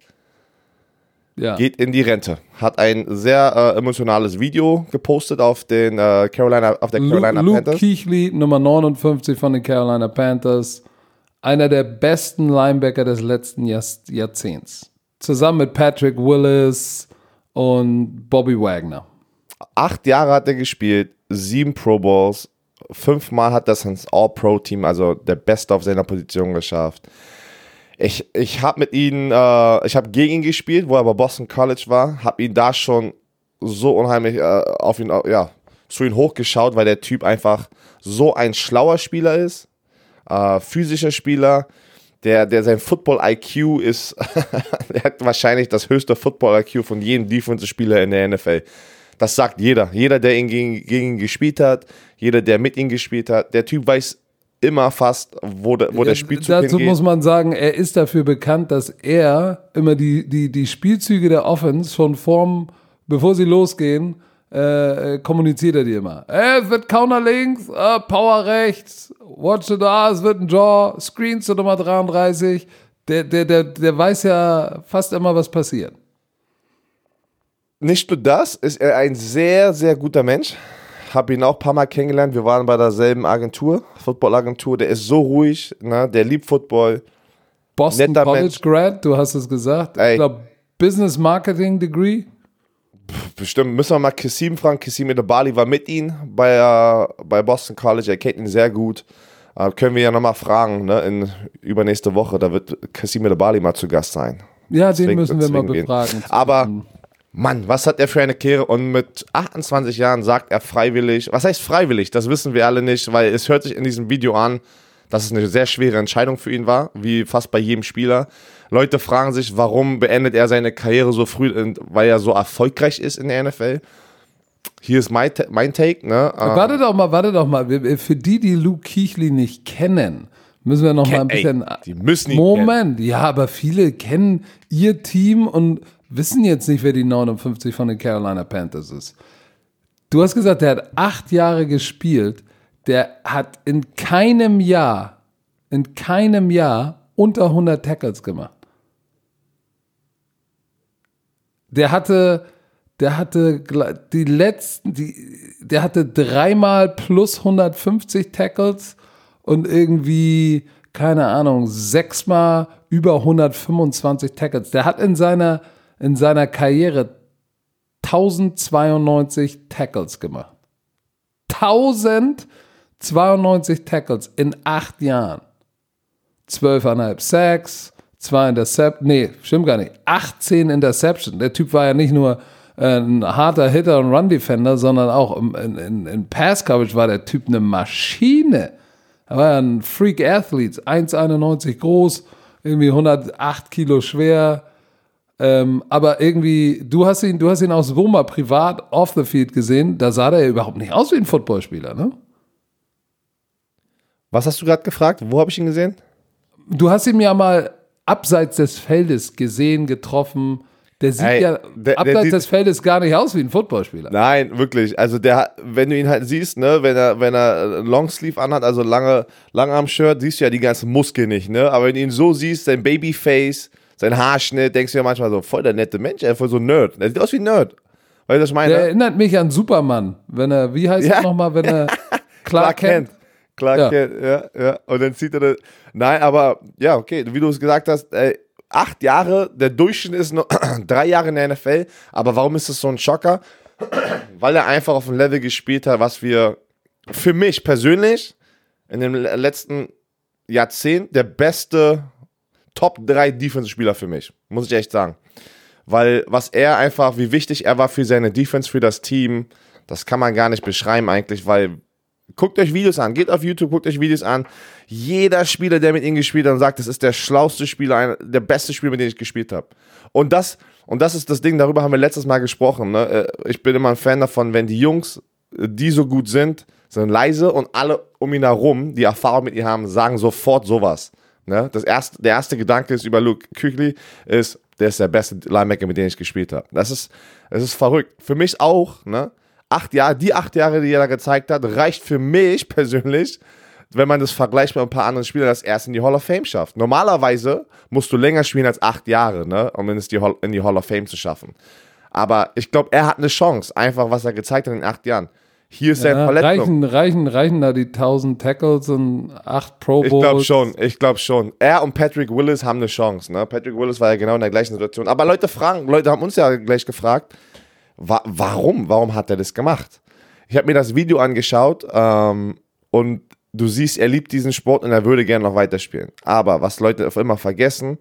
Ja. geht in die Rente. Hat ein sehr äh, emotionales Video gepostet auf den äh, Carolina, auf der Carolina Luke Panthers. Kuechly, Nummer neunundfünfzig von den Carolina Panthers. Einer der besten Linebacker des letzten Jahr- Jahrzehnts. Zusammen mit Patrick Willis und Bobby Wagner. Acht Jahre hat er gespielt, sieben Pro Bowls, fünfmal hat das ins All-Pro-Team, also der Beste auf seiner Position geschafft. Ich, ich habe mit ihm, äh, ich habe gegen ihn gespielt, wo er bei Boston College war, habe ihn da schon so unheimlich äh, auf ihn, ja, zu ihm hochgeschaut, weil der Typ einfach so ein schlauer Spieler ist, äh, physischer Spieler, der, der sein Football-I Q ist, er hat wahrscheinlich das höchste Football-I Q von jedem Defensive-Spieler in der N F L. Das sagt jeder. Jeder, der ihn gegen, gegen ihn gespielt hat, jeder, der mit ihm gespielt hat, der Typ weiß immer fast, wo, de, wo der Spielzug Dazu hingeht. muss man sagen, er ist dafür bekannt, dass er immer die, die, die Spielzüge der Offense schon vorm, bevor sie losgehen, äh, kommuniziert er die immer. Ey, es wird Counter links, äh, Power rechts, Watch the da, es wird ein Jaw, Screen zu Nummer dreiunddreißig. Der, der, der, der weiß ja fast immer, was passiert. Nicht nur das, ist er ein sehr, sehr guter Mensch. Habe ihn auch ein paar Mal kennengelernt. Wir waren bei derselben Agentur, Football-Agentur. Der ist so ruhig, ne? Der liebt Football. Boston Netter College Mensch. Grad, du hast es gesagt. Ey. Ich glaube, Business Marketing Degree. Bestimmt müssen wir mal Kassim fragen. Kassim Edebali war mit ihm bei, äh, bei Boston College. Er kennt ihn sehr gut. Äh, können wir ja nochmal fragen, ne? In übernächste Woche. Da wird Kassim Edebali mal zu Gast sein. Ja, den Deswegen müssen wir mal deswegen gehen. befragen. Aber Mann, was hat er für eine Karriere? Und mit achtundzwanzig Jahren sagt er freiwillig, was heißt freiwillig? Das wissen wir alle nicht, weil es hört sich in diesem Video an, dass es eine sehr schwere Entscheidung für ihn war, wie fast bei jedem Spieler. Leute fragen sich, warum beendet er seine Karriere so früh, weil er so erfolgreich ist in der N F L. Hier ist mein, mein Take. Ne? Warte doch mal, warte doch mal. Für die, die Luke Kuechly nicht kennen, müssen wir noch mal ein bisschen... Ey, die müssen ihn Moment, kennen. Ja, aber viele kennen ihr Team und wissen jetzt nicht, wer die neunundfünfzig von den Carolina Panthers ist. Du hast gesagt, der hat acht Jahre gespielt. Der hat in keinem Jahr, in keinem Jahr unter hundert Tackles gemacht. Der hatte, der hatte die letzten, die, der hatte dreimal plus hundertfünfzig Tackles und irgendwie, keine Ahnung, sechsmal über hundertfünfundzwanzig Tackles. Der hat in seiner in seiner Karriere tausendzweiundneunzig Tackles gemacht. tausendzweiundneunzig Tackles in acht Jahren. zwölf Komma fünf Sacks, zwei Interceptions, nee, stimmt gar nicht, achtzehn Interceptions. Der Typ war ja nicht nur ein harter Hitter und Run-Defender, sondern auch in, in, in Pass-Coverage war der Typ eine Maschine. Er war ja ein Freak-Athlete, eins Komma einundneunzig groß, irgendwie hundertacht Kilo schwer. Ähm, aber irgendwie, du hast ihn, du hast ihn aus Roma privat off the field gesehen, da sah der ja überhaupt nicht aus wie ein Footballspieler, ne? Was hast du gerade gefragt? Wo habe ich ihn gesehen? Du hast ihn ja mal abseits des Feldes gesehen, getroffen. Der sieht Ey, ja der- der abseits sieht- des Feldes gar nicht aus wie ein Footballspieler. Nein, wirklich. Also der, hat- wenn du ihn halt siehst, ne, wenn er, wenn er Longsleeve anhat, also lange, Langarm-Shirt, siehst du ja die ganzen Muskeln nicht, ne? Aber wenn du ihn so siehst, sein Babyface, sein Haarschnitt, denkst du ja manchmal so, voll der nette Mensch, ey, voll so ein Nerd. Der sieht aus wie ein Nerd. Weißt du, was ich meine? Der erinnert mich an Superman, wenn er, wie heißt Ja. er nochmal, wenn er Clark Kent. Clark Ja. Kent, ja, ja. Und dann zieht er das. Nein, aber ja, okay, wie du es gesagt hast, ey, acht Jahre, der Durchschnitt ist noch drei Jahre in der N F L. Aber warum ist das so ein Schocker? Weil er einfach auf dem Level gespielt hat, was wir für mich persönlich in dem letzten Jahrzehnt der beste Top drei Defense-Spieler für mich, muss ich echt sagen. Weil was er einfach, wie wichtig er war für seine Defense, für das Team, das kann man gar nicht beschreiben eigentlich, weil guckt euch Videos an, geht auf YouTube, guckt euch Videos an. Jeder Spieler, der mit ihm gespielt hat, sagt, das ist der schlauste Spieler, der beste Spieler, mit dem ich gespielt habe. Und das, und das ist das Ding, darüber haben wir letztes Mal gesprochen. Ne? Ich bin immer ein Fan davon, wenn die Jungs, die so gut sind, sind leise und alle um ihn herum, die Erfahrung mit ihm haben, sagen sofort sowas. Ne? Das erste, der erste Gedanke ist über Luke Kuechly, ist, der ist der beste Linebacker, mit dem ich gespielt habe. Das ist, das ist verrückt. Für mich auch, ne? Acht Jahre, die acht Jahre, die er da gezeigt hat, reicht für mich persönlich, wenn man das vergleicht mit ein paar anderen Spielern, dass er es in die Hall of Fame schafft. Normalerweise musst du länger spielen als acht Jahre, ne, um es die Hall, in die Hall of Fame zu schaffen. Aber ich glaube, er hat eine Chance, einfach was er gezeigt hat in acht Jahren. Hier ist Ja, seine Verletzung. reichen, reichen, reichen da die tausend Tackles und acht Pro Bowls? Ich glaube schon, ich glaube schon. Er und Patrick Willis haben eine Chance. Ne? Patrick Willis war ja genau in der gleichen Situation. Aber Leute fragen, Leute haben uns ja gleich gefragt, wa- warum? Warum hat er das gemacht? Ich habe mir das Video angeschaut ähm, und du siehst, er liebt diesen Sport und er würde gerne noch weiterspielen. Aber was Leute auf immer vergessen,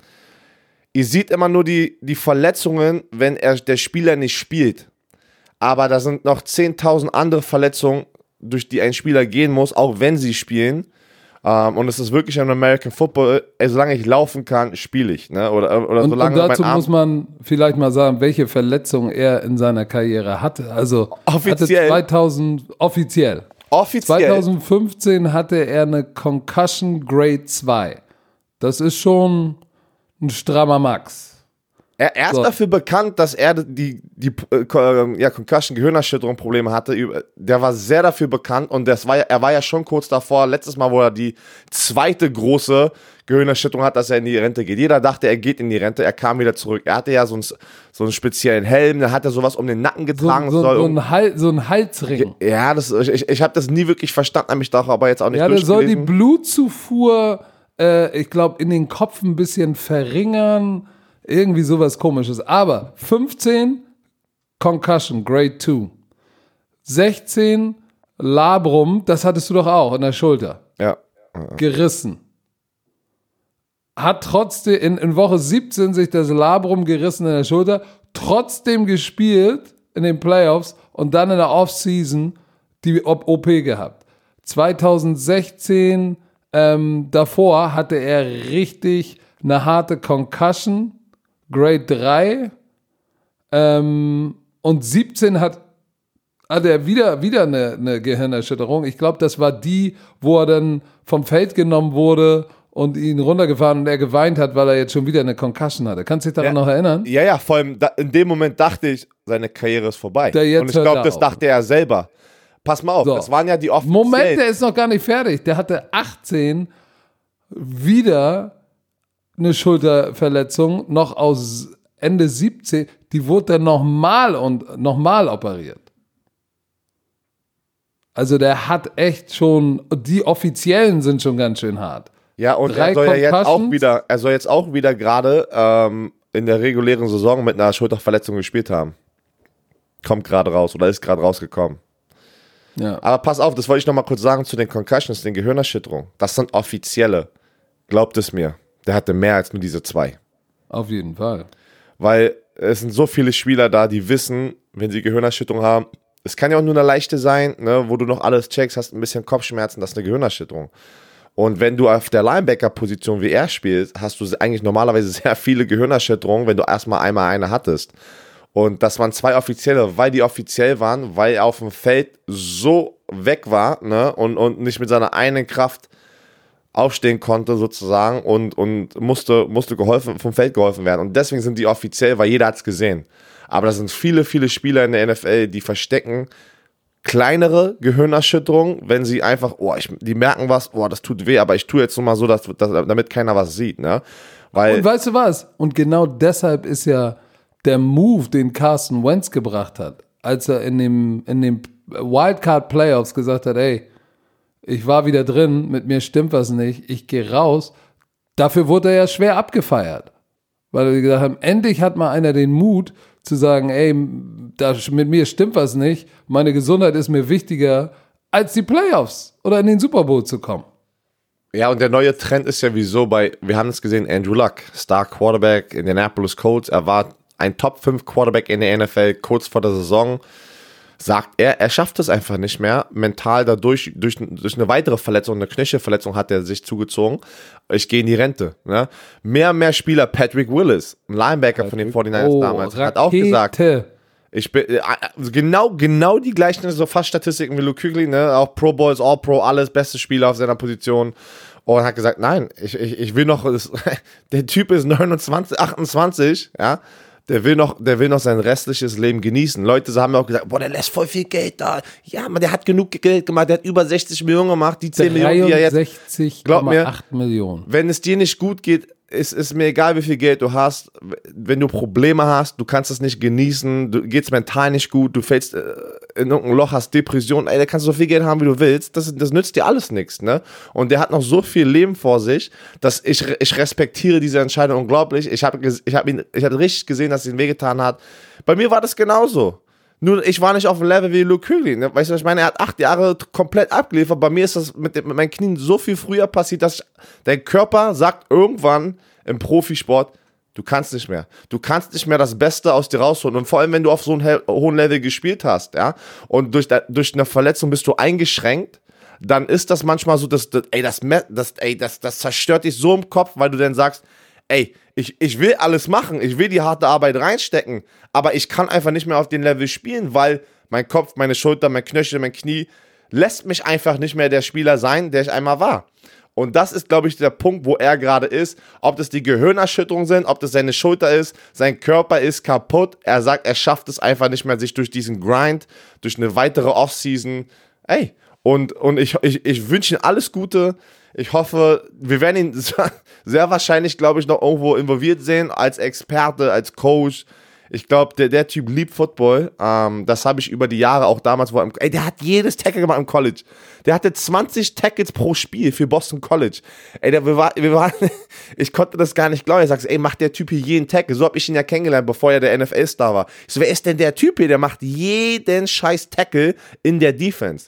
ihr seht immer nur die, die Verletzungen, wenn er, der Spieler nicht spielt. Aber da sind noch zehntausend andere Verletzungen, durch die ein Spieler gehen muss, auch wenn sie spielen. Um, und es ist wirklich ein American Football. Ey, solange ich laufen kann, spiele ich. Ne? Oder, oder Und, solange und dazu mein Arm muss man vielleicht mal sagen, welche Verletzungen er in seiner Karriere hatte. Also Offiziell. hatte zweitausend, offiziell. offiziell. zweitausendfünfzehn hatte er eine Concussion Grade zwei. Das ist schon ein strammer Max. Er, er ist So. dafür bekannt, dass er die, die äh, ja, Concussion, Gehirnerschütterung Probleme hatte. Der war sehr dafür bekannt und das war, ja- er war ja schon kurz davor, letztes Mal, wo er die zweite große Gehirnerschütterung hat, dass er in die Rente geht. Jeder dachte, er geht in die Rente, er kam wieder zurück. Er hatte ja so einen, so einen speziellen Helm, dann hat er sowas um den Nacken So, getragen. so, soll, so, um- ein, Hal, so ein Halsring. ja, das, ich, ich habe das nie wirklich verstanden, habe mich da aber jetzt auch nicht Ja, der soll die durchgelesen. Blutzufuhr, äh, ich glaube, in den Kopf ein bisschen verringern. Irgendwie sowas Komisches. Aber fünfzehn Concussion, Grade zwei. sechzehn Labrum, das hattest du doch auch in der Schulter. Ja. Gerissen. Hat trotzdem in, in Woche siebzehn sich das Labrum gerissen in der Schulter, trotzdem gespielt in den Playoffs und dann in der Offseason die O P gehabt. zweitausendsechzehn ähm, davor hatte er richtig eine harte Concussion, Grade drei, ähm, und siebzehn hat, hatte er wieder, wieder eine, eine Gehirnerschütterung. Ich glaube, das war die, wo er dann vom Feld genommen wurde und ihn runtergefahren und er geweint hat, weil er jetzt schon wieder eine Concussion hatte. Kannst du dich daran Ja. noch erinnern? Ja, ja, vor allem da, in dem Moment dachte ich, seine Karriere ist vorbei. Der jetzt und ich hört glaube, er das auf. dachte er selber. Pass mal auf, So. das waren ja die offiziellen. Moment, der ist noch gar nicht fertig. Der hatte achtzehn wieder eine Schulterverletzung, noch aus Ende siebzehn. Die wurde dann nochmal und nochmal operiert. Also der hat echt schon, die offiziellen sind schon ganz schön hart. Ja, und Drei er soll ja jetzt auch Concussions. wieder, er soll jetzt auch wieder gerade ähm, in der regulären Saison mit einer Schulterverletzung gespielt haben. Kommt gerade raus oder ist gerade rausgekommen. Ja. Aber pass auf, das wollte ich noch mal kurz sagen zu den Concussions, den Gehirnerschütterungen. Das sind offizielle. Glaubt es mir. Der hatte mehr als nur diese zwei. Auf jeden Fall. Weil es sind so viele Spieler da, die wissen, wenn sie Gehirnerschütterung haben, es kann ja auch nur eine leichte sein, ne, wo du noch alles checkst, hast ein bisschen Kopfschmerzen, das ist eine Gehirnerschütterung. Und wenn du auf der Linebacker-Position wie er spielst, hast du eigentlich normalerweise sehr viele Gehirnerschütterungen, wenn du erstmal einmal eine hattest. Und das waren zwei offizielle, weil die offiziell waren, weil er auf dem Feld so weg war, ne, und, und nicht mit seiner eigenen Kraft aufstehen konnte sozusagen und, und musste, musste geholfen, vom Feld geholfen werden. Und deswegen sind die offiziell, weil jeder hat es gesehen. Aber da sind viele, viele Spieler in der N F L, die verstecken kleinere Gehirnerschütterungen, wenn sie einfach, oh, ich, die merken was, oh, das tut weh, aber ich tue jetzt nur mal so, dass, dass, damit keiner was sieht, ne? Weil, und weißt du was? Und genau deshalb ist ja der Move, den Carson Wentz gebracht hat, als er in dem, in dem Wildcard Playoffs gesagt hat, ey, ich war wieder drin, mit mir stimmt was nicht, ich gehe raus. Dafür wurde er ja schwer abgefeiert. Weil wir gesagt haben, endlich hat mal einer den Mut zu sagen, ey, da, mit mir stimmt was nicht, meine Gesundheit ist mir wichtiger, als die Playoffs oder in den Super Bowl zu kommen. Ja, und der neue Trend ist ja wieso bei, wir haben es gesehen, Andrew Luck, Star Quarterback, Indianapolis Colts, er war ein Top fünf Quarterback in der N F L kurz vor der Saison. Sagt er, er schafft es einfach nicht mehr, mental dadurch, durch, durch eine weitere Verletzung, eine Knöchelverletzung hat er sich zugezogen, ich gehe in die Rente. Ne? Mehr und mehr Spieler, Patrick Willis, ein Linebacker Patrick, von den forty-niners oh, damals, Rakete. Hat auch gesagt, ich bin, genau, genau die gleichen, so fast Statistiken wie Luke Kuechly, ne? Auch Pro Bowls, All Pro, alles, beste Spieler auf seiner Position. Und hat gesagt, nein, ich, ich, ich will noch, der Typ ist neunundzwanzig, achtundzwanzig, ja, Der will noch, der will noch sein restliches Leben genießen. Leute haben ja auch gesagt, boah, der lässt voll viel Geld da. Ja, man, der hat genug Geld gemacht, der hat über sechzig Millionen gemacht, die zehn Millionen, die er jetzt. dreiundsechzig Komma acht Millionen. Wenn es dir nicht gut geht, ist es mir egal, wie viel Geld du hast. Wenn du Probleme hast, du kannst es nicht genießen, du geht's mental nicht gut, du fällst in irgendein Loch, hast Depression, ey, da kannst du so viel Geld haben, wie du willst. Das, das nützt dir alles nichts, ne? Und der hat noch so viel Leben vor sich, dass ich, ich respektiere diese Entscheidung unglaublich. Ich habe ich hab ihn, ich habe richtig gesehen, dass es ihm wehgetan hat. Bei mir war das genauso. Nur ich war nicht auf dem Level wie Luke Kuechly. Ne? Weißt du, was ich meine? Er hat acht Jahre komplett abgeliefert. Bei mir ist das mit, mit meinen Knien so viel früher passiert, dass ich, dein Körper sagt irgendwann im Profisport, du kannst nicht mehr. Du kannst nicht mehr das Beste aus dir rausholen. Und vor allem, wenn du auf so einem hohen Level gespielt hast, ja, und durch, durch eine Verletzung bist du eingeschränkt, dann ist das manchmal so, dass, dass ey, das, das, ey, das, das zerstört dich so im Kopf, weil du dann sagst, ey, ich, ich will alles machen, ich will die harte Arbeit reinstecken, aber ich kann einfach nicht mehr auf den Level spielen, weil mein Kopf, meine Schulter, mein Knöchel, mein Knie lässt mich einfach nicht mehr der Spieler sein, der ich einmal war. Und das ist, glaube ich, der Punkt, wo er gerade ist. Ob das die Gehirnerschütterungen sind, ob das seine Schulter ist, sein Körper ist kaputt. Er sagt, er schafft es einfach nicht mehr, sich durch diesen Grind, durch eine weitere Offseason, ey, und, und ich, ich, ich wünsche ihm alles Gute. Ich hoffe, wir werden ihn sehr wahrscheinlich, glaube ich, noch irgendwo involviert sehen, als Experte, als Coach. Ich glaube, der, der Typ liebt Football. Ähm, das habe ich über die Jahre auch damals, wo er im, ey, der hat jedes Tackle gemacht im College. Der hatte zwanzig Tackles pro Spiel für Boston College. Ey, der, wir war, wir waren, ich konnte das gar nicht glauben. Ich sag, ey, macht der Typ hier jeden Tackle? So habe ich ihn ja kennengelernt, bevor er der N F L-Star war. Ich so, wer ist denn der Typ hier? Der macht jeden scheiß Tackle in der Defense.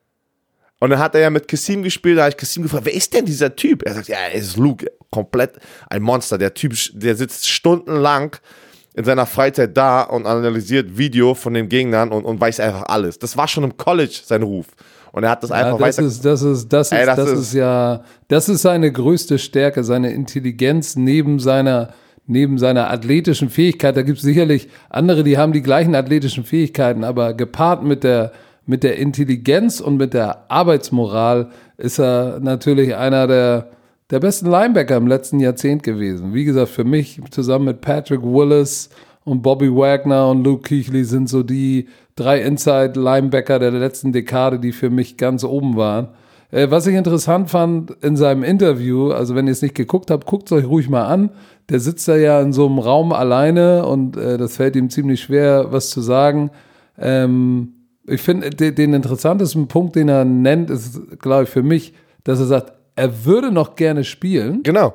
Und dann hat er ja mit Kassim gespielt, da habe ich Kassim gefragt, wer ist denn dieser Typ? Er sagt, ja, er ist Luke, komplett ein Monster. Der Typ, der sitzt stundenlang in seiner Freizeit da und analysiert Video von den Gegnern und, und weiß einfach alles. Das war schon im College sein Ruf. Und er hat das ja, einfach das weiter... Ist, das ist, das ist, Ey, das, das ist, ist ja, das ist seine größte Stärke, seine Intelligenz neben seiner, neben seiner athletischen Fähigkeit. Da gibt es sicherlich andere, die haben die gleichen athletischen Fähigkeiten, aber gepaart mit der Mit der Intelligenz und mit der Arbeitsmoral ist er natürlich einer der, der besten Linebacker im letzten Jahrzehnt gewesen. Wie gesagt, für mich zusammen mit Patrick Willis und Bobby Wagner und Luke Kuechly sind so die drei Inside-Linebacker der letzten Dekade, die für mich ganz oben waren. Äh, was ich interessant fand in seinem Interview, also wenn ihr es nicht geguckt habt, guckt es euch ruhig mal an. Der sitzt da ja in so einem Raum alleine und äh, das fällt ihm ziemlich schwer, was zu sagen. Ähm, Ich finde, den interessantesten Punkt, den er nennt, ist, glaube ich, für mich, dass er sagt, er würde noch gerne spielen. Genau.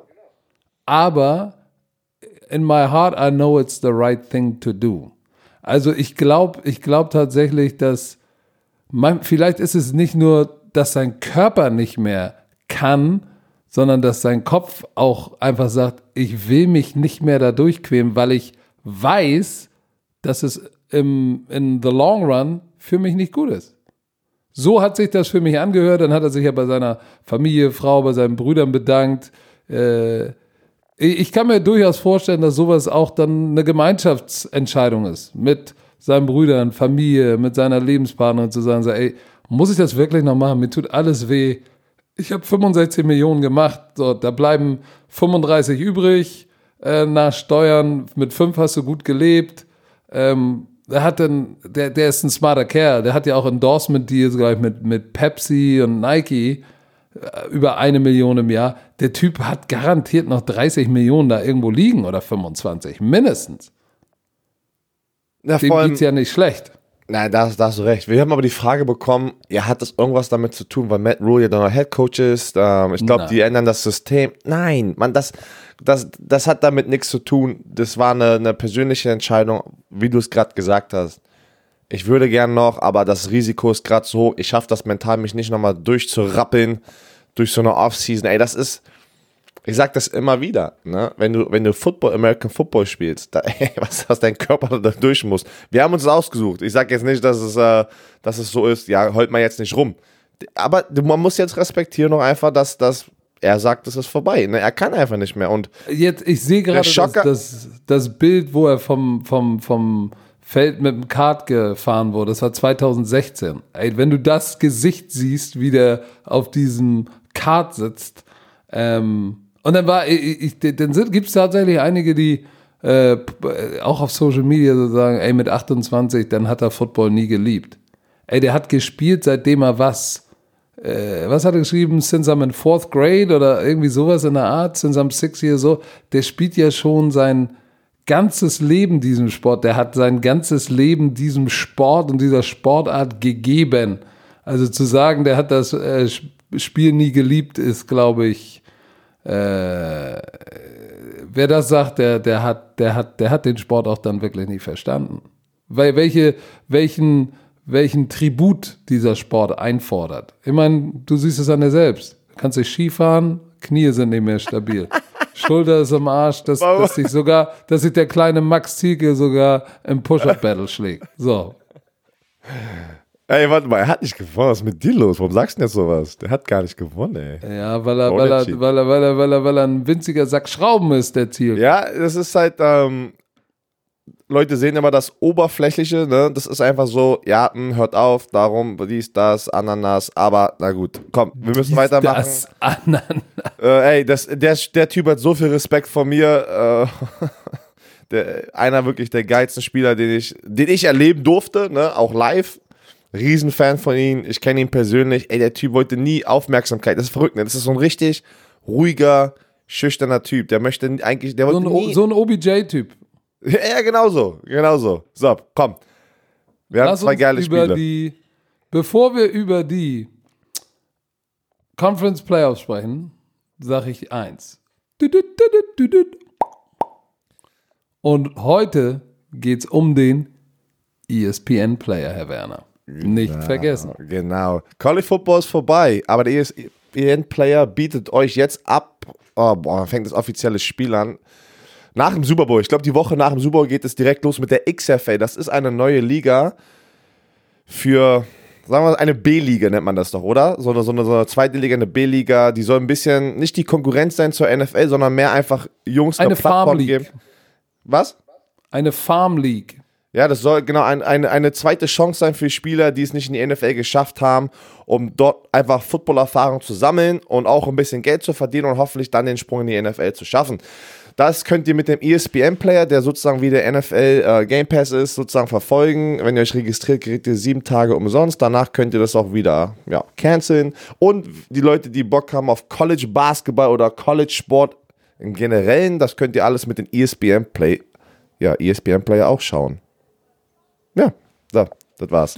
Aber in my heart, I know it's the right thing to do. Also ich glaube ich glaub tatsächlich, dass man, vielleicht ist es nicht nur, dass sein Körper nicht mehr kann, sondern dass sein Kopf auch einfach sagt, ich will mich nicht mehr da durchquälen, weil ich weiß, dass es im, in the long run für mich nicht gut ist. So hat sich das für mich angehört. Dann hat er sich ja bei seiner Familie, Frau, bei seinen Brüdern bedankt. Äh, ich kann mir durchaus vorstellen, dass sowas auch dann eine Gemeinschaftsentscheidung ist. Mit seinen Brüdern, Familie, mit seiner Lebenspartnerin zu sagen, so, ey, muss ich das wirklich noch machen? Mir tut alles weh. ich habe fünfundsechzig Millionen gemacht, so, da bleiben fünfunddreißig übrig, äh, nach Steuern, mit fünf hast du gut gelebt, ähm, der hat dann, der, der ist ein smarter Kerl, der hat ja auch Endorsement-Deals gleich mit, mit Pepsi und Nike, äh, über eine Million im Jahr. Der Typ hat garantiert noch dreißig Millionen da irgendwo liegen oder fünfundzwanzig, mindestens. Ja, Dem geht's ja nicht schlecht. Nein, da, da hast du recht. Wir haben aber die Frage bekommen, ja, hat das irgendwas damit zu tun, weil Matt Rule ja dann noch Head Coach ist? Ähm, ich glaube, die ändern das System. Nein, man, das, das, das hat damit nichts zu tun. Das war eine, eine persönliche Entscheidung, wie du es gerade gesagt hast. Ich würde gern noch, aber das Risiko ist gerade so hoch. Ich schaffe das mental, mich nicht nochmal durchzurappeln durch so eine Offseason. Ey, das ist, ich sag das immer wieder, ne? Wenn du, wenn du Football, American Football spielst, da, ey, was, was dein Körper da durch muss. Wir haben uns das ausgesucht. Ich sag jetzt nicht, dass es, äh, dass es so ist, ja, heult mal jetzt nicht rum. Aber man muss jetzt respektieren noch einfach, dass, dass er sagt, es ist vorbei. Ne? Er kann einfach nicht mehr. Und jetzt, ich sehe gerade das, das, das Bild, wo er vom, vom, vom Feld mit dem Kart gefahren wurde. Das war zweitausendsechzehn. Ey, wenn du das Gesicht siehst, wie der auf diesem Kart sitzt, ähm, und dann war, ich, ich, dann gibt es tatsächlich einige, die äh, auch auf Social Media so sagen, ey, mit achtundzwanzig, dann hat er Football nie geliebt. Ey, der hat gespielt, seitdem er was, äh, was hat er geschrieben, since I'm in fourth grade oder irgendwie sowas in der Art, since I'm six years old. Der spielt ja schon sein ganzes Leben diesem Sport. Der hat sein ganzes Leben diesem Sport und dieser Sportart gegeben. Also zu sagen, der hat das äh, Spiel nie geliebt, ist, glaube ich, Äh, wer das sagt, der, der, hat, der, hat, der hat den Sport auch dann wirklich nicht verstanden. Weil welche, welchen, welchen Tribut dieser Sport einfordert. Ich meine, du siehst es an dir selbst. Du kannst dich Skifahren, Knie sind nicht mehr stabil. Schulter ist am Arsch, dass, dass sich sogar, dass sich der kleine Max Zielke sogar im Push-Up-Battle schlägt. So. Ey, warte mal, er hat nicht gewonnen. Was ist mit dir los? Warum sagst du denn jetzt sowas? Der hat gar nicht gewonnen, ey. Ja, weil er, weil er, weil er, weil er, weil er, weil er ein winziger Sack Schrauben ist, der Ziel. Ja, das ist halt, ähm, Leute sehen immer das Oberflächliche, ne? Das ist einfach so, ja, mh, hört auf, darum, dies, das, Ananas, aber na gut, komm, wir müssen dies, weitermachen. Das, Ananas. Äh, ey, das, der, der Typ hat so viel Respekt vor mir, äh, der, einer wirklich der geilsten Spieler, den ich, den ich erleben durfte, ne? Auch live. Riesenfan von ihm, ich kenne ihn persönlich. Ey, der Typ wollte nie Aufmerksamkeit. Das ist verrückt, ne? Das ist so ein richtig ruhiger, schüchterner Typ. Der möchte eigentlich, der wollte so ein, nie... So ein O B J-Typ. Ja, genau so, genau so. So, komm. Wir haben Lass zwei uns geile über Spiele. Die, bevor wir über die Conference Playoffs sprechen, sage ich eins. Und heute geht es um den E S P N-Player, Herr Werner. Nicht genau, vergessen. Genau. College Football ist vorbei, aber der E S P N-Player bietet euch jetzt ab, oh, boah, fängt das offizielle Spiel an, nach dem Super Bowl. Ich glaube, die Woche nach dem Super Bowl geht es direkt los mit der X F L. Das ist eine neue Liga für, sagen wir mal, eine B-Liga nennt man das doch, oder? So eine, so eine, so eine zweite Liga, eine B-Liga, die soll ein bisschen, nicht die Konkurrenz sein zur N F L, sondern mehr einfach Jungs eine, eine Plattform geben. Was? Eine Farm League. Ja, das soll genau ein, eine, eine zweite Chance sein für Spieler, die es nicht in die N F L geschafft haben, um dort einfach Football-Erfahrung zu sammeln und auch ein bisschen Geld zu verdienen und hoffentlich dann den Sprung in die N F L zu schaffen. Das könnt ihr mit dem E S P N-Player, der sozusagen wie der N F L äh, Game Pass ist, sozusagen verfolgen. Wenn ihr euch registriert, kriegt ihr sieben Tage umsonst. Danach könnt ihr das auch wieder ja, canceln. Und die Leute, die Bock haben auf College Basketball oder College Sport im Generellen, das könnt ihr alles mit dem E S P N-Play, ja, E S P N-Player auch schauen. Ja, so, das war's.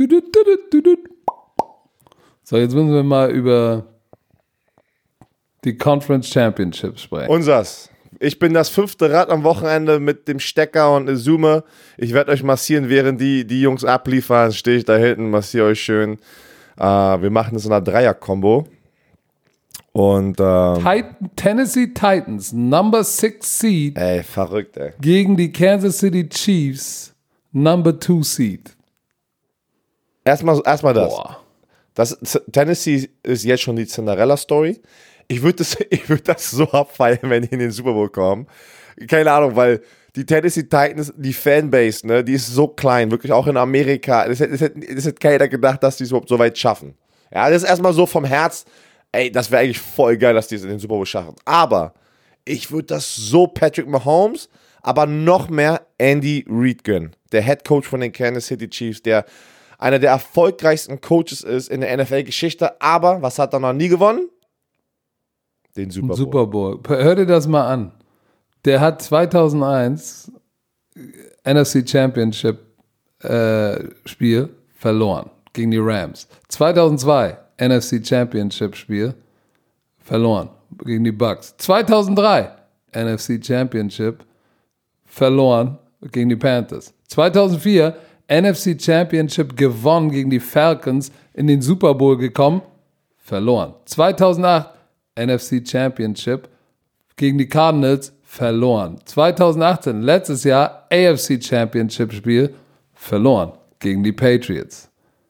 So, jetzt müssen wir mal über die Conference Championship sprechen. Unsers. Ich bin das fünfte Rad am Wochenende mit dem Stecker und Zoom. Ich werde euch massieren, während die, die Jungs abliefern. Stehe ich da hinten, massiere euch schön. Uh, wir machen das in einer Dreier-Kombo. Und ähm, Titan, Tennessee Titans, Number Six Seed. Ey, verrückt, ey. Gegen die Kansas City Chiefs, Number Two Seed. Erstmal, erstmal das. das. Tennessee ist jetzt schon die Cinderella-Story. Ich würde das, ich würd das so abfeiern, wenn die in den Super Bowl kommen. Keine Ahnung, weil die Tennessee Titans, die Fanbase, ne, die ist so klein, wirklich auch in Amerika. Das hätte, das hätte, das hätte keiner gedacht, dass die es überhaupt so weit schaffen. Ja, das ist erstmal so vom Herz ey, das wäre eigentlich voll geil, dass die es in den Super Bowl schaffen. Aber ich würde das so Patrick Mahomes, aber noch mehr Andy Reid gönnen. Der Head Coach von den Kansas City Chiefs, der einer der erfolgreichsten Coaches ist in der N F L-Geschichte. Aber was hat er noch nie gewonnen? Den Super Bowl. Super Bowl. Hör dir das mal an. Der hat zweitausendeins N F C Championship äh, Spiel verloren gegen die Rams. zweitausendzwei N F C Championship Spiel verloren gegen die Bucks. zweitausenddrei N F C Championship verloren gegen die Panthers. zweitausendvier N F C Championship gewonnen gegen die Falcons, in den Super Bowl gekommen, verloren. zweitausendacht N F C Championship gegen die Cardinals, verloren. zweitausendachtzehn, letztes Jahr, A F C Championship Spiel, verloren gegen die Patriots.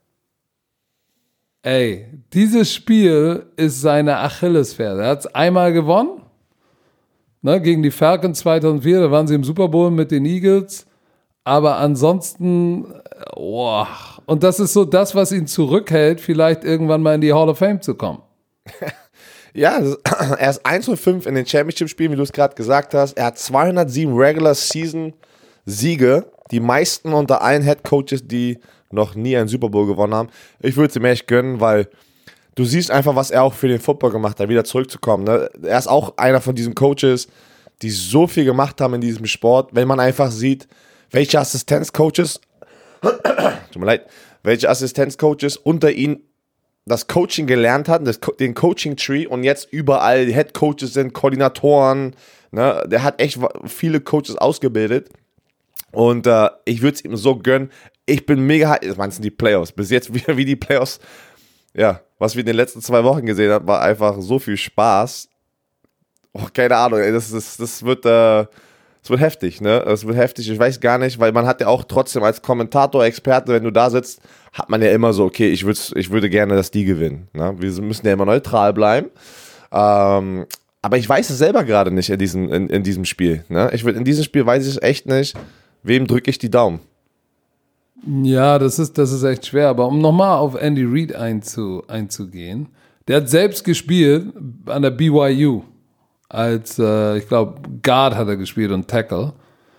Ey, dieses Spiel ist seine Achillesferse. Er hat es einmal gewonnen, ne, gegen die Falcons zweitausendvier, da waren sie im Super Bowl mit den Eagles, aber ansonsten, oh, und das ist so das, was ihn zurückhält, vielleicht irgendwann mal in die Hall of Fame zu kommen. Ja, ist, er ist eins und fünf in den Championship-Spielen, wie du es gerade gesagt hast. Er hat zweihundertsieben Regular-Season-Siege, die meisten unter allen Head-Coaches, die noch nie einen Super Bowl gewonnen haben. Ich würde es ihm echt gönnen, weil du siehst einfach, was er auch für den Football gemacht hat, wieder zurückzukommen. Ne? Er ist auch einer von diesen Coaches, die so viel gemacht haben in diesem Sport, wenn man einfach sieht, welche Assistenzcoaches, tut mir leid, welche Assistenzcoaches unter ihnen das Coaching gelernt hatten, das, den Coaching-Tree und jetzt überall Head-Coaches sind, Koordinatoren, ne? Der hat echt viele Coaches ausgebildet und äh, ich würde es ihm so gönnen. Ich bin mega heiß, das sind die Playoffs, bis jetzt wie, wie die Playoffs, ja, was wir in den letzten zwei Wochen gesehen haben, war einfach so viel Spaß. Oh, keine Ahnung, ey, das, das, das wird, äh, das wird heftig, ne? Das wird heftig, ich weiß gar nicht, weil man hat ja auch trotzdem als Kommentator, Experte, wenn du da sitzt, hat man ja immer so, okay, ich, ich würde gerne, dass die gewinnen. Ne? Wir müssen ja immer neutral bleiben. Ähm, aber ich weiß es selber gerade nicht in diesem, in, in diesem Spiel. Ne? Ich, in diesem Spiel weiß ich echt nicht, wem drücke ich die Daumen. Ja, das ist, das ist echt schwer. Aber um nochmal auf Andy Reid einzu, einzugehen, der hat selbst gespielt an der B Y U. Als, äh, ich glaube, Guard hat er gespielt und Tackle.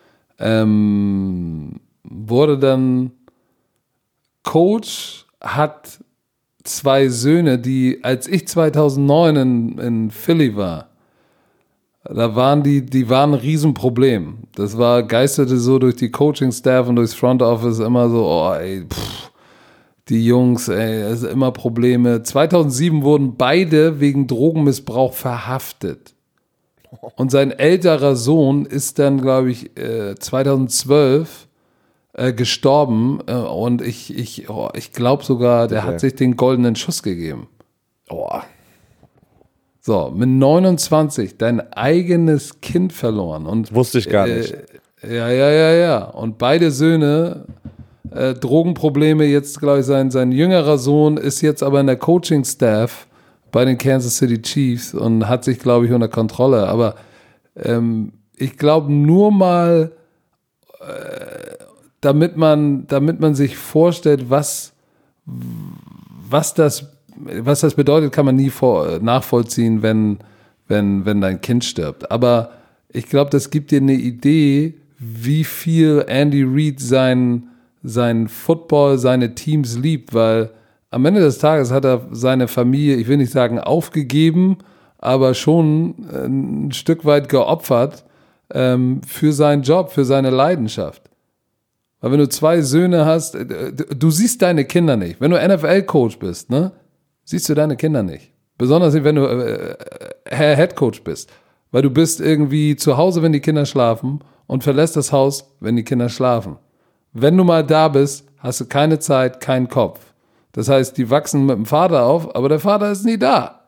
Ähm, wurde dann Coach, hat zwei Söhne, die, als ich zweitausendneun in, in Philly war, da waren die, die waren ein Riesenproblem. Das war, geisterte so durch die Coaching-Staff und durchs Front Office immer so, oh ey, pff, die Jungs, ey, es sind immer Probleme. zweitausendsieben wurden beide wegen Drogenmissbrauch verhaftet. Und sein älterer Sohn ist dann, glaube ich, äh, zweitausendzwölf äh, gestorben äh, und ich, ich, oh, ich glaube sogar, der okay. hat sich den goldenen Schuss gegeben. Oh. So, mit neunundzwanzig dein eigenes Kind verloren. Und, wusste ich gar nicht. Äh, ja, ja, ja, ja. Und beide Söhne, äh, Drogenprobleme, jetzt glaube ich, sein, sein jüngerer Sohn ist jetzt aber in der Coaching-Staff bei den Kansas City Chiefs und hat sich, glaube ich, unter Kontrolle. Aber ähm, ich glaube nur mal, äh, damit man, damit man sich vorstellt, was, was das, was das bedeutet, kann man nie vor, nachvollziehen, wenn, wenn, wenn dein Kind stirbt. Aber ich glaube, das gibt dir eine Idee, wie viel Andy Reid sein, sein Football, seine Teams liebt, weil am Ende des Tages hat er seine Familie, ich will nicht sagen aufgegeben, aber schon ein Stück weit geopfert ähm, für seinen Job, für seine Leidenschaft. Weil wenn du zwei Söhne hast, du siehst deine Kinder nicht. Wenn du N F L-Coach bist, ne, siehst du deine Kinder nicht. Besonders wenn du äh, Head-Coach bist. Weil du bist irgendwie zu Hause, wenn die Kinder schlafen und verlässt das Haus, wenn die Kinder schlafen. Wenn du mal da bist, hast du keine Zeit, keinen Kopf. Das heißt, die wachsen mit dem Vater auf, aber der Vater ist nie da.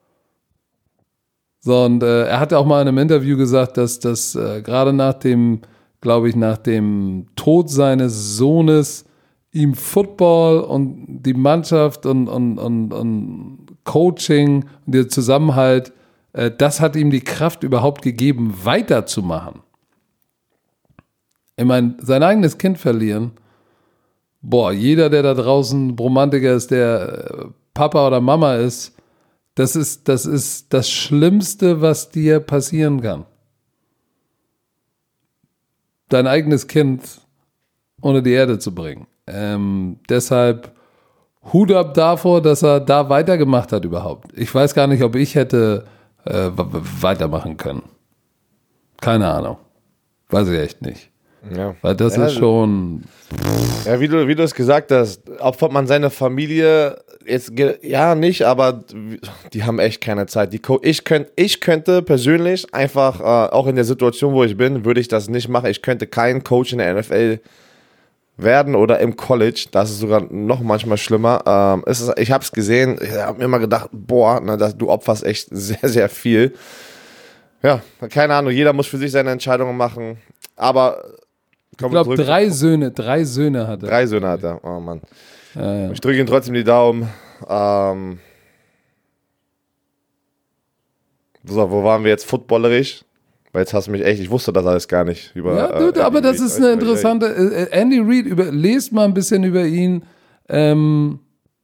So, und äh, er hatte auch mal in einem Interview gesagt, dass das äh, gerade nach dem, glaube ich, nach dem Tod seines Sohnes ihm Football und die Mannschaft und, und, und, und Coaching und der Zusammenhalt, äh, das hat ihm die Kraft überhaupt gegeben, weiterzumachen. Ich meine, sein eigenes Kind verlieren, boah, jeder, der da draußen Romantiker ist, der Papa oder Mama ist, Das ist, das ist das Schlimmste, was dir passieren kann. Dein eigenes Kind unter die Erde zu bringen. Ähm, deshalb Hut ab davor, dass er da weitergemacht hat überhaupt. Ich weiß gar nicht, ob ich hätte äh, weitermachen können. Keine Ahnung. Weiß ich echt nicht. Ja. Weil das ja, ist schon... Ja, wie du, wie du es gesagt hast, opfert man seine Familie jetzt, ja, nicht, aber die haben echt keine Zeit. Die Co- ich, könnt, ich könnte persönlich einfach, äh, auch in der Situation, wo ich bin, würde ich das nicht machen. Ich könnte kein Coach in der N F L werden oder im College. Das ist sogar noch manchmal schlimmer. Ähm, es ist, ich habe es gesehen, ich habe mir immer gedacht, boah, na, das, du opferst echt sehr, sehr viel. Ja, keine Ahnung, jeder muss für sich seine Entscheidungen machen, aber... Ich glaube, drei Söhne, drei Söhne hat er. Drei Söhne hat er, oh Mann. Ja, ja. Ich drücke ihm trotzdem die Daumen. Ähm so, wo waren wir jetzt footballerisch? Weil jetzt hast du mich echt, ich wusste das alles gar nicht. Über, ja, dude, äh, aber Andy das Reid. ist eine interessante, äh, Andy Reid, über, lest mal ein bisschen über ihn. Ähm,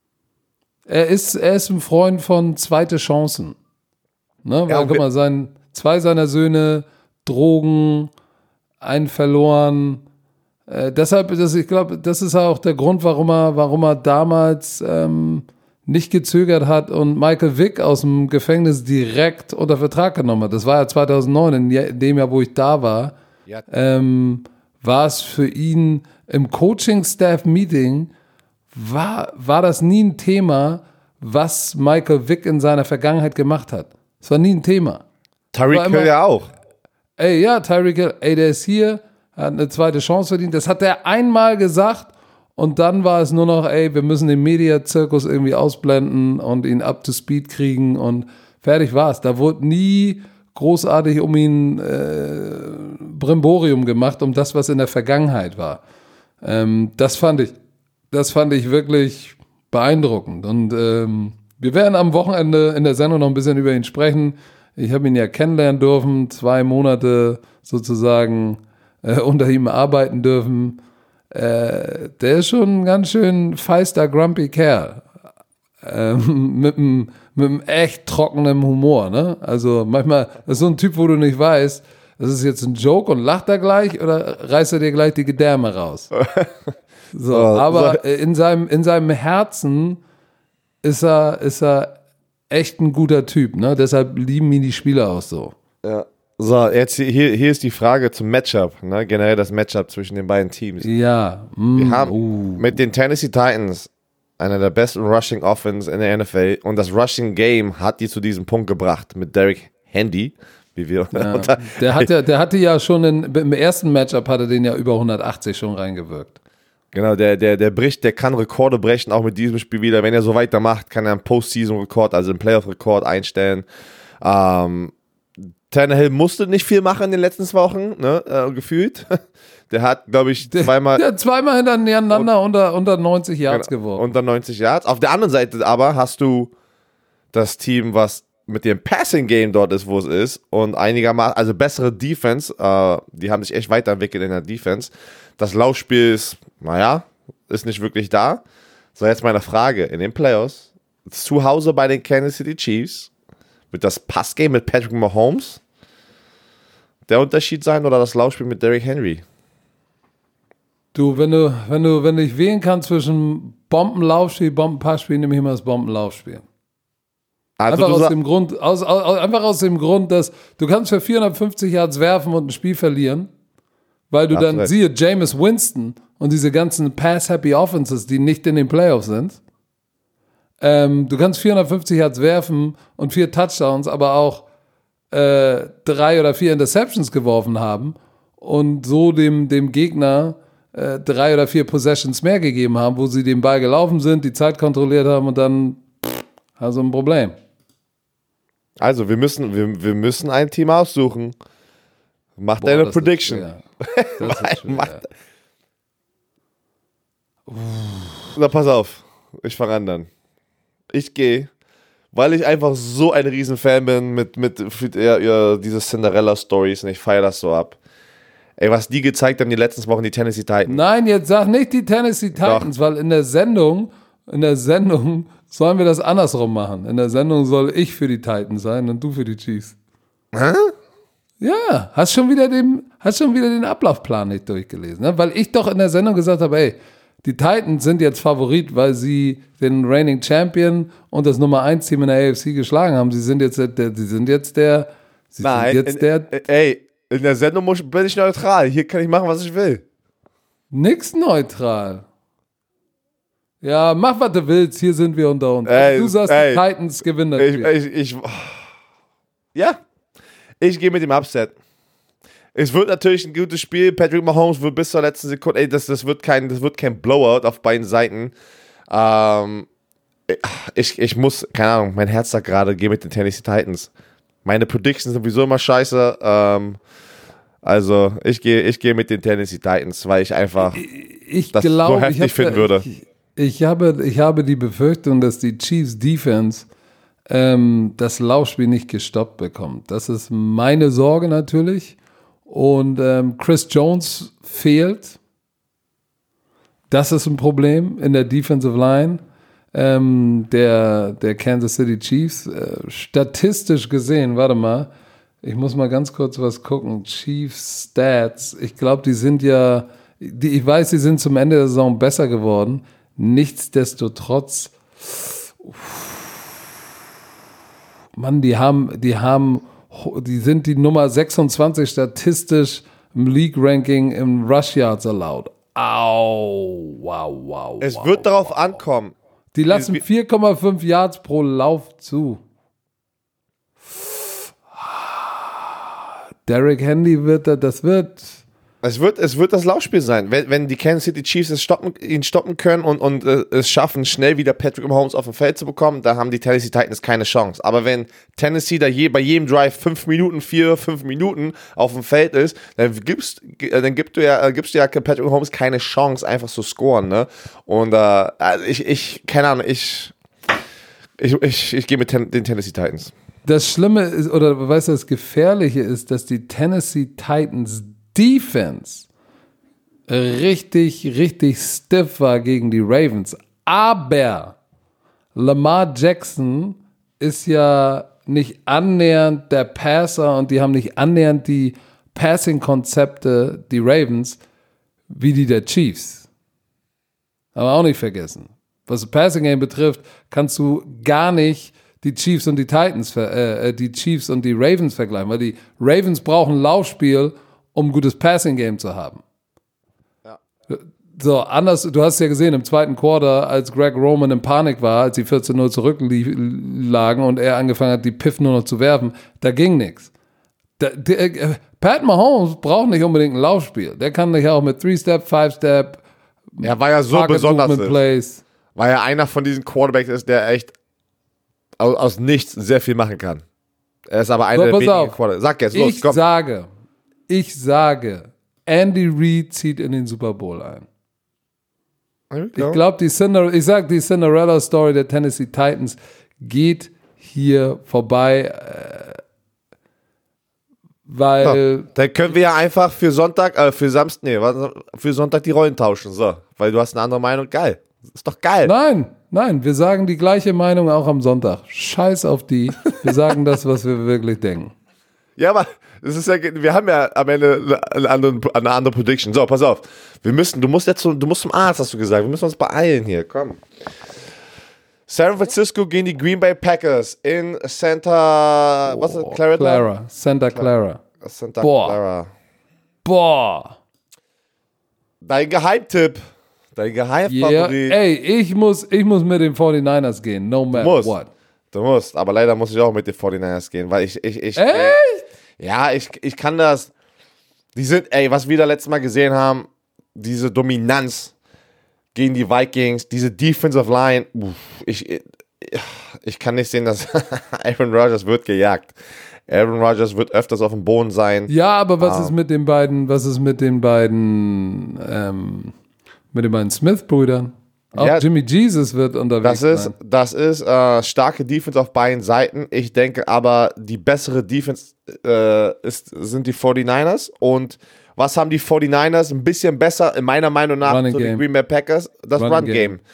er, ist, er ist ein Freund von zweite Chancen. Ne? Weil, Ja, guck mal, sein, zwei seiner Söhne, Drogen, einen verloren. Äh, deshalb, das, ich glaube, das ist auch der Grund, warum er, warum er damals ähm, nicht gezögert hat und Michael Vick aus dem Gefängnis direkt unter Vertrag genommen hat. Das war ja zweitausendneun, in dem Jahr, wo ich da war. Ja. Ähm, war es für ihn im Coaching-Staff-Meeting, war, war das nie ein Thema, was Michael Vick in seiner Vergangenheit gemacht hat. Es war nie ein Thema. Tyreek Hill ja auch. Ey, ja, Tyreek Hill, ey, der ist hier, hat eine zweite Chance verdient. Das hat er einmal gesagt und dann war es nur noch, ey, wir müssen den Media-Zirkus irgendwie ausblenden und ihn up to speed kriegen und fertig war's. Da wurde nie großartig um ihn äh, Brimborium gemacht, um das, was in der Vergangenheit war. Ähm, das fand ich, das fand ich wirklich beeindruckend. Und ähm, wir werden am Wochenende in der Sendung noch ein bisschen über ihn sprechen. Ich habe ihn ja kennenlernen dürfen, zwei Monate sozusagen äh, unter ihm arbeiten dürfen. Äh, der ist schon ein ganz schön feister, grumpy Kerl. Ähm, mit einem mit einem echt trockenen Humor. Ne? Also manchmal, das ist so ein Typ, wo du nicht weißt, das ist jetzt ein Joke und lacht er gleich oder reißt er dir gleich die Gedärme raus? So, aber in seinem, in seinem Herzen ist er, ist er echt ein guter Typ, ne? Deshalb lieben ihn die Spieler auch so. Ja. So, jetzt hier, hier ist die Frage zum Matchup, ne? Generell das Matchup zwischen den beiden Teams. Ja. Mm, Wir haben uh. mit den Tennessee Titans einer der besten Rushing Offense in der N F L und das Rushing Game hat die zu diesem Punkt gebracht mit Derrick Henry, wie wir Ja. unter der, hat ja, der hatte ja schon in, im ersten Matchup hat er den ja über hundertachtzig schon reingewirkt. Genau, der, der, der bricht, der kann Rekorde brechen, auch mit diesem Spiel wieder. Wenn er so weitermacht, kann er einen Postseason-Rekord, also einen Playoff-Rekord einstellen. Ähm, Tannehill musste nicht viel machen in den letzten zwei Wochen, ne, äh, gefühlt. Der hat, glaube ich, zweimal... Der, der hat zweimal hintereinander unter, unter neunzig Yards genau, geworfen. Unter neunzig Yards. Auf der anderen Seite aber hast du das Team, was mit dem Passing-Game dort ist, wo es ist und einigermaßen, also bessere Defense, äh, die haben sich echt weiterentwickelt in der Defense. Das Laufspiel ist, naja, ist nicht wirklich da. So, jetzt meine Frage, in den Playoffs, zu Hause bei den Kansas City Chiefs, wird das Passgame mit Patrick Mahomes der Unterschied sein oder das Laufspiel mit Derrick Henry? Du, wenn du, wenn du, wenn du dich wählen kannst zwischen Bombenlaufspiel, Bombenpassspiel, nehme ich immer das Bombenlaufspiel. Also einfach, du aus dem Grund, aus, aus, einfach aus dem Grund, dass du kannst für vierhundertfünfzig Yards werfen und ein Spiel verlieren, weil du dann, recht. siehe, Jameis Winston und diese ganzen Pass-Happy Offenses, die nicht in den Playoffs sind, ähm, du kannst vierhundertfünfzig Yards werfen und vier Touchdowns, aber auch äh, drei oder vier Interceptions geworfen haben und so dem, dem Gegner äh, drei oder vier Possessions mehr gegeben haben, wo sie den Ball gelaufen sind, die Zeit kontrolliert haben und dann pff, also ein Problem. Also, wir müssen, wir, wir müssen ein Team aussuchen. Mach Boah, deine das Prediction. Ist das ist schwer. Mach, na, pass auf. Ich fange an dann. Ich gehe, weil ich einfach so ein Riesenfan bin mit, mit, mit ja, ja, diese Cinderella-Stories und ich feiere das so ab. Ey, was die gezeigt haben die letzten Wochen, die Tennessee Titans. Nein, jetzt sag nicht die Tennessee Titans, Doch. weil in der Sendung, in der Sendung Sollen wir das andersrum machen? In der Sendung soll ich für die Titans sein und du für die Chiefs. Hä? Ja, hast schon wieder den, hast schon wieder den Ablaufplan nicht durchgelesen, ne? Weil ich doch in der Sendung gesagt habe, ey, die Titans sind jetzt Favorit, weil sie den Reigning Champion und das Nummer eins Team in der A F C geschlagen haben. Sie sind jetzt der, sie sind jetzt der, sie Nein, sind jetzt in, der. Ey, in der Sendung muss, bin ich neutral. Hier kann ich machen, was ich will. Nix neutral. Ja, mach, was du willst. Hier sind wir unter uns. Ey, du sagst, ey, die Titans gewinnen das Ich, Spiel. ich, ich, ja, ich gehe mit dem Upset. Es wird natürlich ein gutes Spiel. Patrick Mahomes wird bis zur letzten Sekunde, ey, das, das, wird, kein, das wird kein Blowout auf beiden Seiten. Ähm, ich, ich muss, keine Ahnung, mein Herz sagt gerade, gehe mit den Tennessee Titans. Meine Predictions sind sowieso immer scheiße. Ähm, also ich gehe ich gehe mit den Tennessee Titans, weil ich einfach ich das glaube, so heftig ich finden würde. Ich, ich, habe, ich habe die Befürchtung, dass die Chiefs Defense ähm, das Laufspiel nicht gestoppt bekommt. Das ist meine Sorge natürlich. Und ähm, Chris Jones fehlt. Das ist ein Problem in der Defensive Line ähm, der, der Kansas City Chiefs. Äh, statistisch gesehen, warte mal, ich muss mal ganz kurz was gucken. Chiefs Stats, ich glaube, die sind ja, die, ich weiß, die sind zum Ende der Saison besser geworden. Nichtsdestotrotz, Mann, die haben, die haben, die sind die Nummer sechsundzwanzig statistisch im League-Ranking im Rush Yards allowed. Au, wow, wow. Es wow, wird darauf wow. ankommen. Die lassen vier Komma fünf Yards pro Lauf zu. Derrick Henry wird, das wird... Es wird, es wird das Laufspiel sein. Wenn, wenn die Kansas City Chiefs es stoppen, ihn stoppen können und, und äh, es schaffen, schnell wieder Patrick Mahomes auf dem Feld zu bekommen, dann haben die Tennessee Titans keine Chance. Aber wenn Tennessee da je, bei jedem Drive fünf Minuten, vier, fünf Minuten auf dem Feld ist, dann gibst, dann gibst du ja, gibst du ja Patrick Mahomes keine Chance, einfach zu scoren, ne? Und äh, also ich, ich, keine Ahnung, ich, ich, ich, ich gehe mit ten, den Tennessee Titans. Das Schlimme ist, oder weißt du, das Gefährliche ist, dass die Tennessee Titans Defense richtig, richtig stiff war gegen die Ravens. Aber Lamar Jackson ist ja nicht annähernd der Passer und die haben nicht annähernd die Passing-Konzepte, die Ravens, wie die der Chiefs. Haben wir auch nicht vergessen. Was das Passing-Game betrifft, kannst du gar nicht die Chiefs und die Titans, äh, die Chiefs und die Ravens vergleichen, weil die Ravens brauchen ein Laufspiel, um ein gutes Passing-Game zu haben. Ja. So, anders, du hast ja gesehen, im zweiten Quarter, als Greg Roman in Panik war, als sie vierzehn null zurücklagen und er angefangen hat, die Piff nur noch zu werfen, da ging nichts. Pat Mahomes braucht nicht unbedingt ein Laufspiel. Der kann dich auch mit Three-Step, Five-Step, Er war ja so besonders. Plays. Weil er einer von diesen Quarterbacks ist, der echt aus, aus nichts sehr viel machen kann. Er ist aber einer So, der pass wenigen auf. Quarterbacks. Sag jetzt, los, Ich komm. sage, ich sage, Andy Reid zieht in den Super Bowl ein. Ich glaube, die Cinder- ich sag, die Cinderella-Story der Tennessee Titans geht hier vorbei, äh, weil Ja, dann können wir ja einfach für Sonntag, äh, für Samstag, nee, warte, für Sonntag die Rollen tauschen, so. Weil du hast eine andere Meinung, geil. Ist doch geil. nein, nein, wir sagen die gleiche Meinung auch am Sonntag. Scheiß auf die. Wir sagen das, was wir wirklich denken. Ja, aber das ist ja, wir haben ja am Ende eine andere, eine andere Prediction. So, pass auf. Wir müssen, du musst jetzt zum, du musst zum Arzt, hast du gesagt. Wir müssen uns beeilen hier, komm. San Francisco gegen die Green Bay Packers in Santa, was ist das, Clarita? Clara, Santa Clara. Santa Boah. Clara. Boah. Dein Geheimtipp. Dein Yeah. Geheimfavorit. Ey, ich muss, ich muss mit den forty-niners gehen, no matter musst. what. Du musst, aber leider muss ich auch mit den forty-niners gehen, weil ich, ich, ich, Echt? ey, ja, ich, ich kann das, die sind, ey, was wir da letztes Mal gesehen haben, diese Dominanz gegen die Vikings, diese Defensive Line, uff, ich, ich, ich kann nicht sehen, dass Aaron Rodgers wird gejagt. Aaron Rodgers wird öfters auf dem Boden sein. Ja, aber was Ah. ist mit den beiden, was ist mit den beiden, ähm, mit den beiden Smith-Brüdern? Auch Ja, Jimmy Jesus wird unterwegs Das ist, sein. das ist äh, starke Defense auf beiden Seiten. Ich denke aber, die bessere Defense äh, ist, sind die forty-niners. Und was haben die forty-niners ein bisschen besser, in meiner Meinung nach, Running zu den Game. Green Bay Packers? Das Running Run-Game.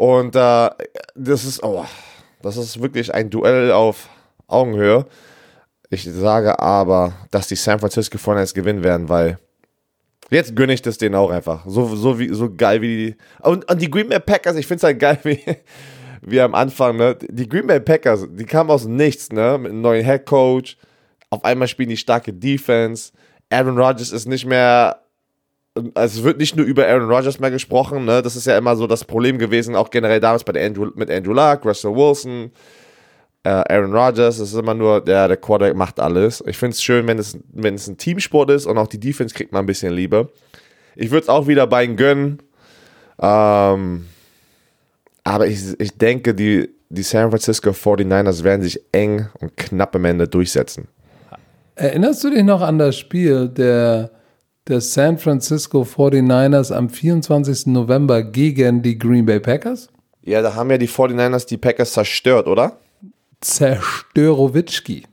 Und äh, das ist, oh, das ist wirklich ein Duell auf Augenhöhe. Ich sage aber, dass die San Francisco forty-niners gewinnen werden, weil jetzt gönne ich das denen auch einfach. So, so, wie, so geil wie die. Und, und die Green Bay Packers, ich finde es halt geil wie, wie am Anfang, ne? Die Green Bay Packers, die kamen aus dem Nichts, ne? Mit einem neuen Head Coach. Auf einmal spielen die starke Defense. Aaron Rodgers ist nicht mehr. Also es wird nicht nur über Aaron Rodgers mehr gesprochen, ne? Das ist ja immer so das Problem gewesen, auch generell damals bei der Andrew, mit Andrew Luck, Russell Wilson. Uh, Aaron Rodgers, das ist immer nur, der, der Quarterback macht alles. Ich finde es schön, wenn es, wenn es ein Teamsport ist und auch die Defense kriegt man ein bisschen Liebe. Ich würde es auch wieder bei ihnen gönnen. Ähm, aber ich, ich denke, die, die San Francisco forty-niners werden sich eng und knapp am Ende durchsetzen. Erinnerst du dich noch an das Spiel der, der San Francisco forty-niners am vierundzwanzigsten November gegen die Green Bay Packers? Ja, da haben ja die forty-niners die Packers zerstört, oder? Zerstörowitschki.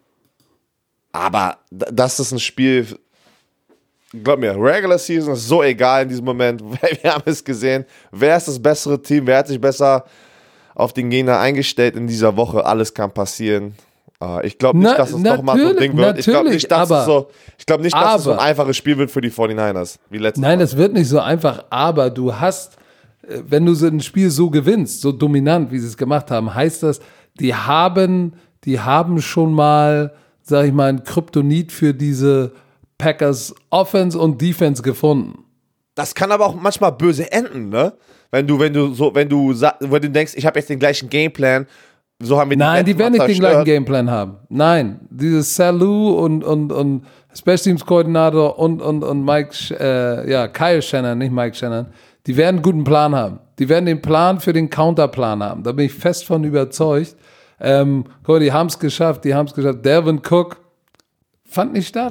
Aber das ist ein Spiel, glaub mir, Regular Season ist so egal in diesem Moment. Wir haben es gesehen. Wer ist das bessere Team? Wer hat sich besser auf den Gegner eingestellt in dieser Woche? Alles kann passieren. Ich glaube nicht, Na, dass es nochmal so ein Ding wird. Ich glaube nicht, dass aber, es so, ich glaub nicht, dass aber, es so ein einfaches Spiel wird für die forty-niners. Wie letztes Nein, Mal. Es wird nicht so einfach, aber du hast, wenn du so ein Spiel so gewinnst, so dominant, wie sie es gemacht haben, heißt das, die haben, die haben schon mal, sag ich mal, ein Kryptonit für diese Packers Offense und Defense gefunden. Das kann aber auch manchmal böse enden, ne? Wenn du, wenn du so, wenn du, wenn du denkst, ich habe jetzt den gleichen Gameplan, so haben wir die Nein, die werden nicht zerstört. den gleichen Gameplan haben. Nein, dieses Salou und, und, und Special Teams Koordinator und, und, und Mike, äh, ja, Kyle Shanahan, nicht Mike Shanahan, die werden einen guten Plan haben. Die werden den Plan für den Counterplan haben. Da bin ich fest von überzeugt. Ähm, guck mal, die haben es geschafft, die haben es geschafft. Dalvin Cook fand nicht statt.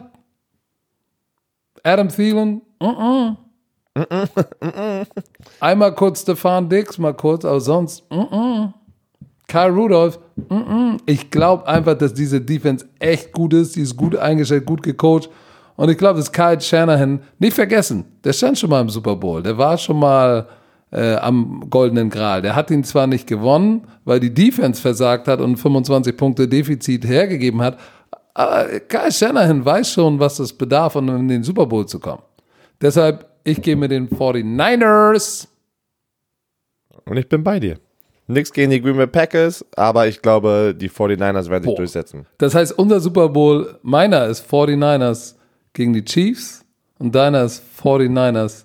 Adam Thielen, uh-uh. Einmal kurz Stefan Diggs, mal kurz, aber sonst, uh-uh. Kyle Rudolph, uh-uh. Ich glaube einfach, dass diese Defense echt gut ist. Die ist gut eingestellt, gut gecoacht. Und ich glaube, dass Kyle Shanahan, nicht vergessen, der stand schon mal im Super Bowl. Der war schon mal Äh, am Goldenen Gral. Der hat ihn zwar nicht gewonnen, weil die Defense versagt hat und fünfundzwanzig Punkte Defizit hergegeben hat, aber Kyle Shanahan weiß schon, was es bedarf, um in den Super Bowl zu kommen. Deshalb, ich gehe mit den forty-niners. Und ich bin bei dir. Nichts gegen die Green Bay Packers, aber ich glaube, die forty-niners werden sich Boah. durchsetzen. Das heißt, unser Super Bowl, meiner ist forty-niners gegen die Chiefs und deiner ist forty-niners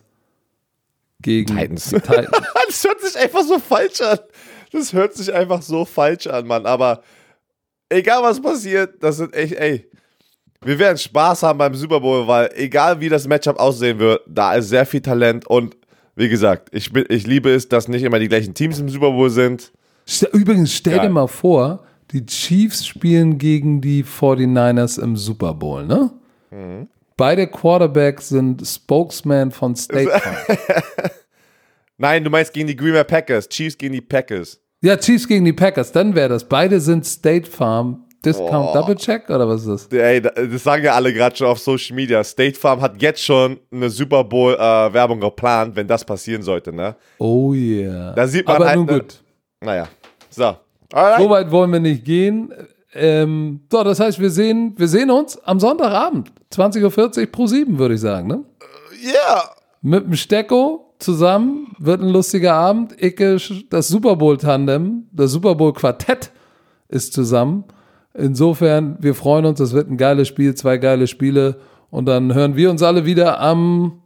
gegen Titans. die Titans. Das hört sich einfach so falsch an. Das hört sich einfach so falsch an, Mann. Aber egal was passiert, das sind echt, ey, wir werden Spaß haben beim Super Bowl, weil egal wie das Matchup aussehen wird, da ist sehr viel Talent und wie gesagt, ich, bin, ich liebe es, dass nicht immer die gleichen Teams im Super Bowl sind. Übrigens, stell Geil. dir mal vor, die Chiefs spielen gegen die forty-niners im Super Bowl, ne? Mhm. Beide Quarterbacks sind Spokesman von State Farm. Nein, du meinst gegen die Green Bay Packers. Chiefs gegen die Packers. Ja, Chiefs gegen die Packers. Dann wäre das. Beide sind State Farm. Discount oh. Double Check oder was ist das? Ey, das sagen ja alle gerade schon auf Social Media. State Farm hat jetzt schon eine Super Bowl äh, Werbung geplant, wenn das passieren sollte, ne? Oh yeah. Da sieht man Aber halt, nun ne, gut. Naja. So. Alright. So weit wollen wir nicht gehen. Ähm, so, das heißt, wir sehen, wir sehen uns am Sonntagabend, zwanzig Uhr vierzig pro sieben, würde ich sagen, ne? Ja. Yeah. Mit dem Stecko zusammen, wird ein lustiger Abend. Icke, das Super Bowl-Tandem, das Super Bowl-Quartett ist zusammen. Insofern, wir freuen uns, es wird ein geiles Spiel, zwei geile Spiele und dann hören wir uns alle wieder am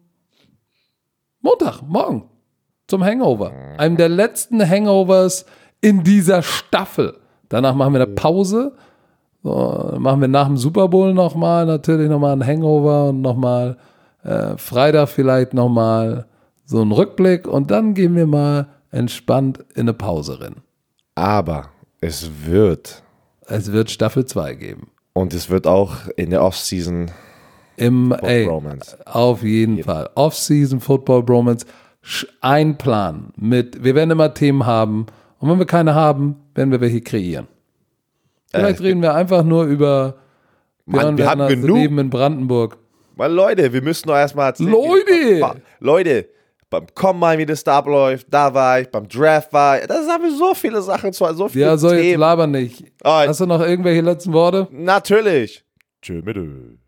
Montag, morgen, zum Hangover. Einem der letzten Hangovers in dieser Staffel. Danach machen wir eine Pause. So, dann machen wir nach dem Super Bowl nochmal, natürlich nochmal ein Hangover und nochmal äh, Freitag vielleicht nochmal so einen Rückblick und dann gehen wir mal entspannt in eine Pause rein. Aber es wird. Es wird Staffel zwei geben. Und es wird auch in der Offseason Im ey, Bromance. Auf jeden, jeden Fall. Off-Season Football Bromance. Ein Plan mit, wir werden immer Themen haben und wenn wir keine haben, werden wir welche kreieren. Vielleicht äh, reden wir einfach nur über Mann, wir haben genug Leben in Brandenburg. Weil Leute, wir müssen doch erstmal erzählen. Leute! Leute, beim Combine, wie das da abläuft, da war ich, beim Draft war ich, da haben wir so viele Sachen zu, so viele Ja, so Themen. jetzt laber nicht. Oh, Hast du noch irgendwelche letzten Worte? natürlich. Tschö mit Ö.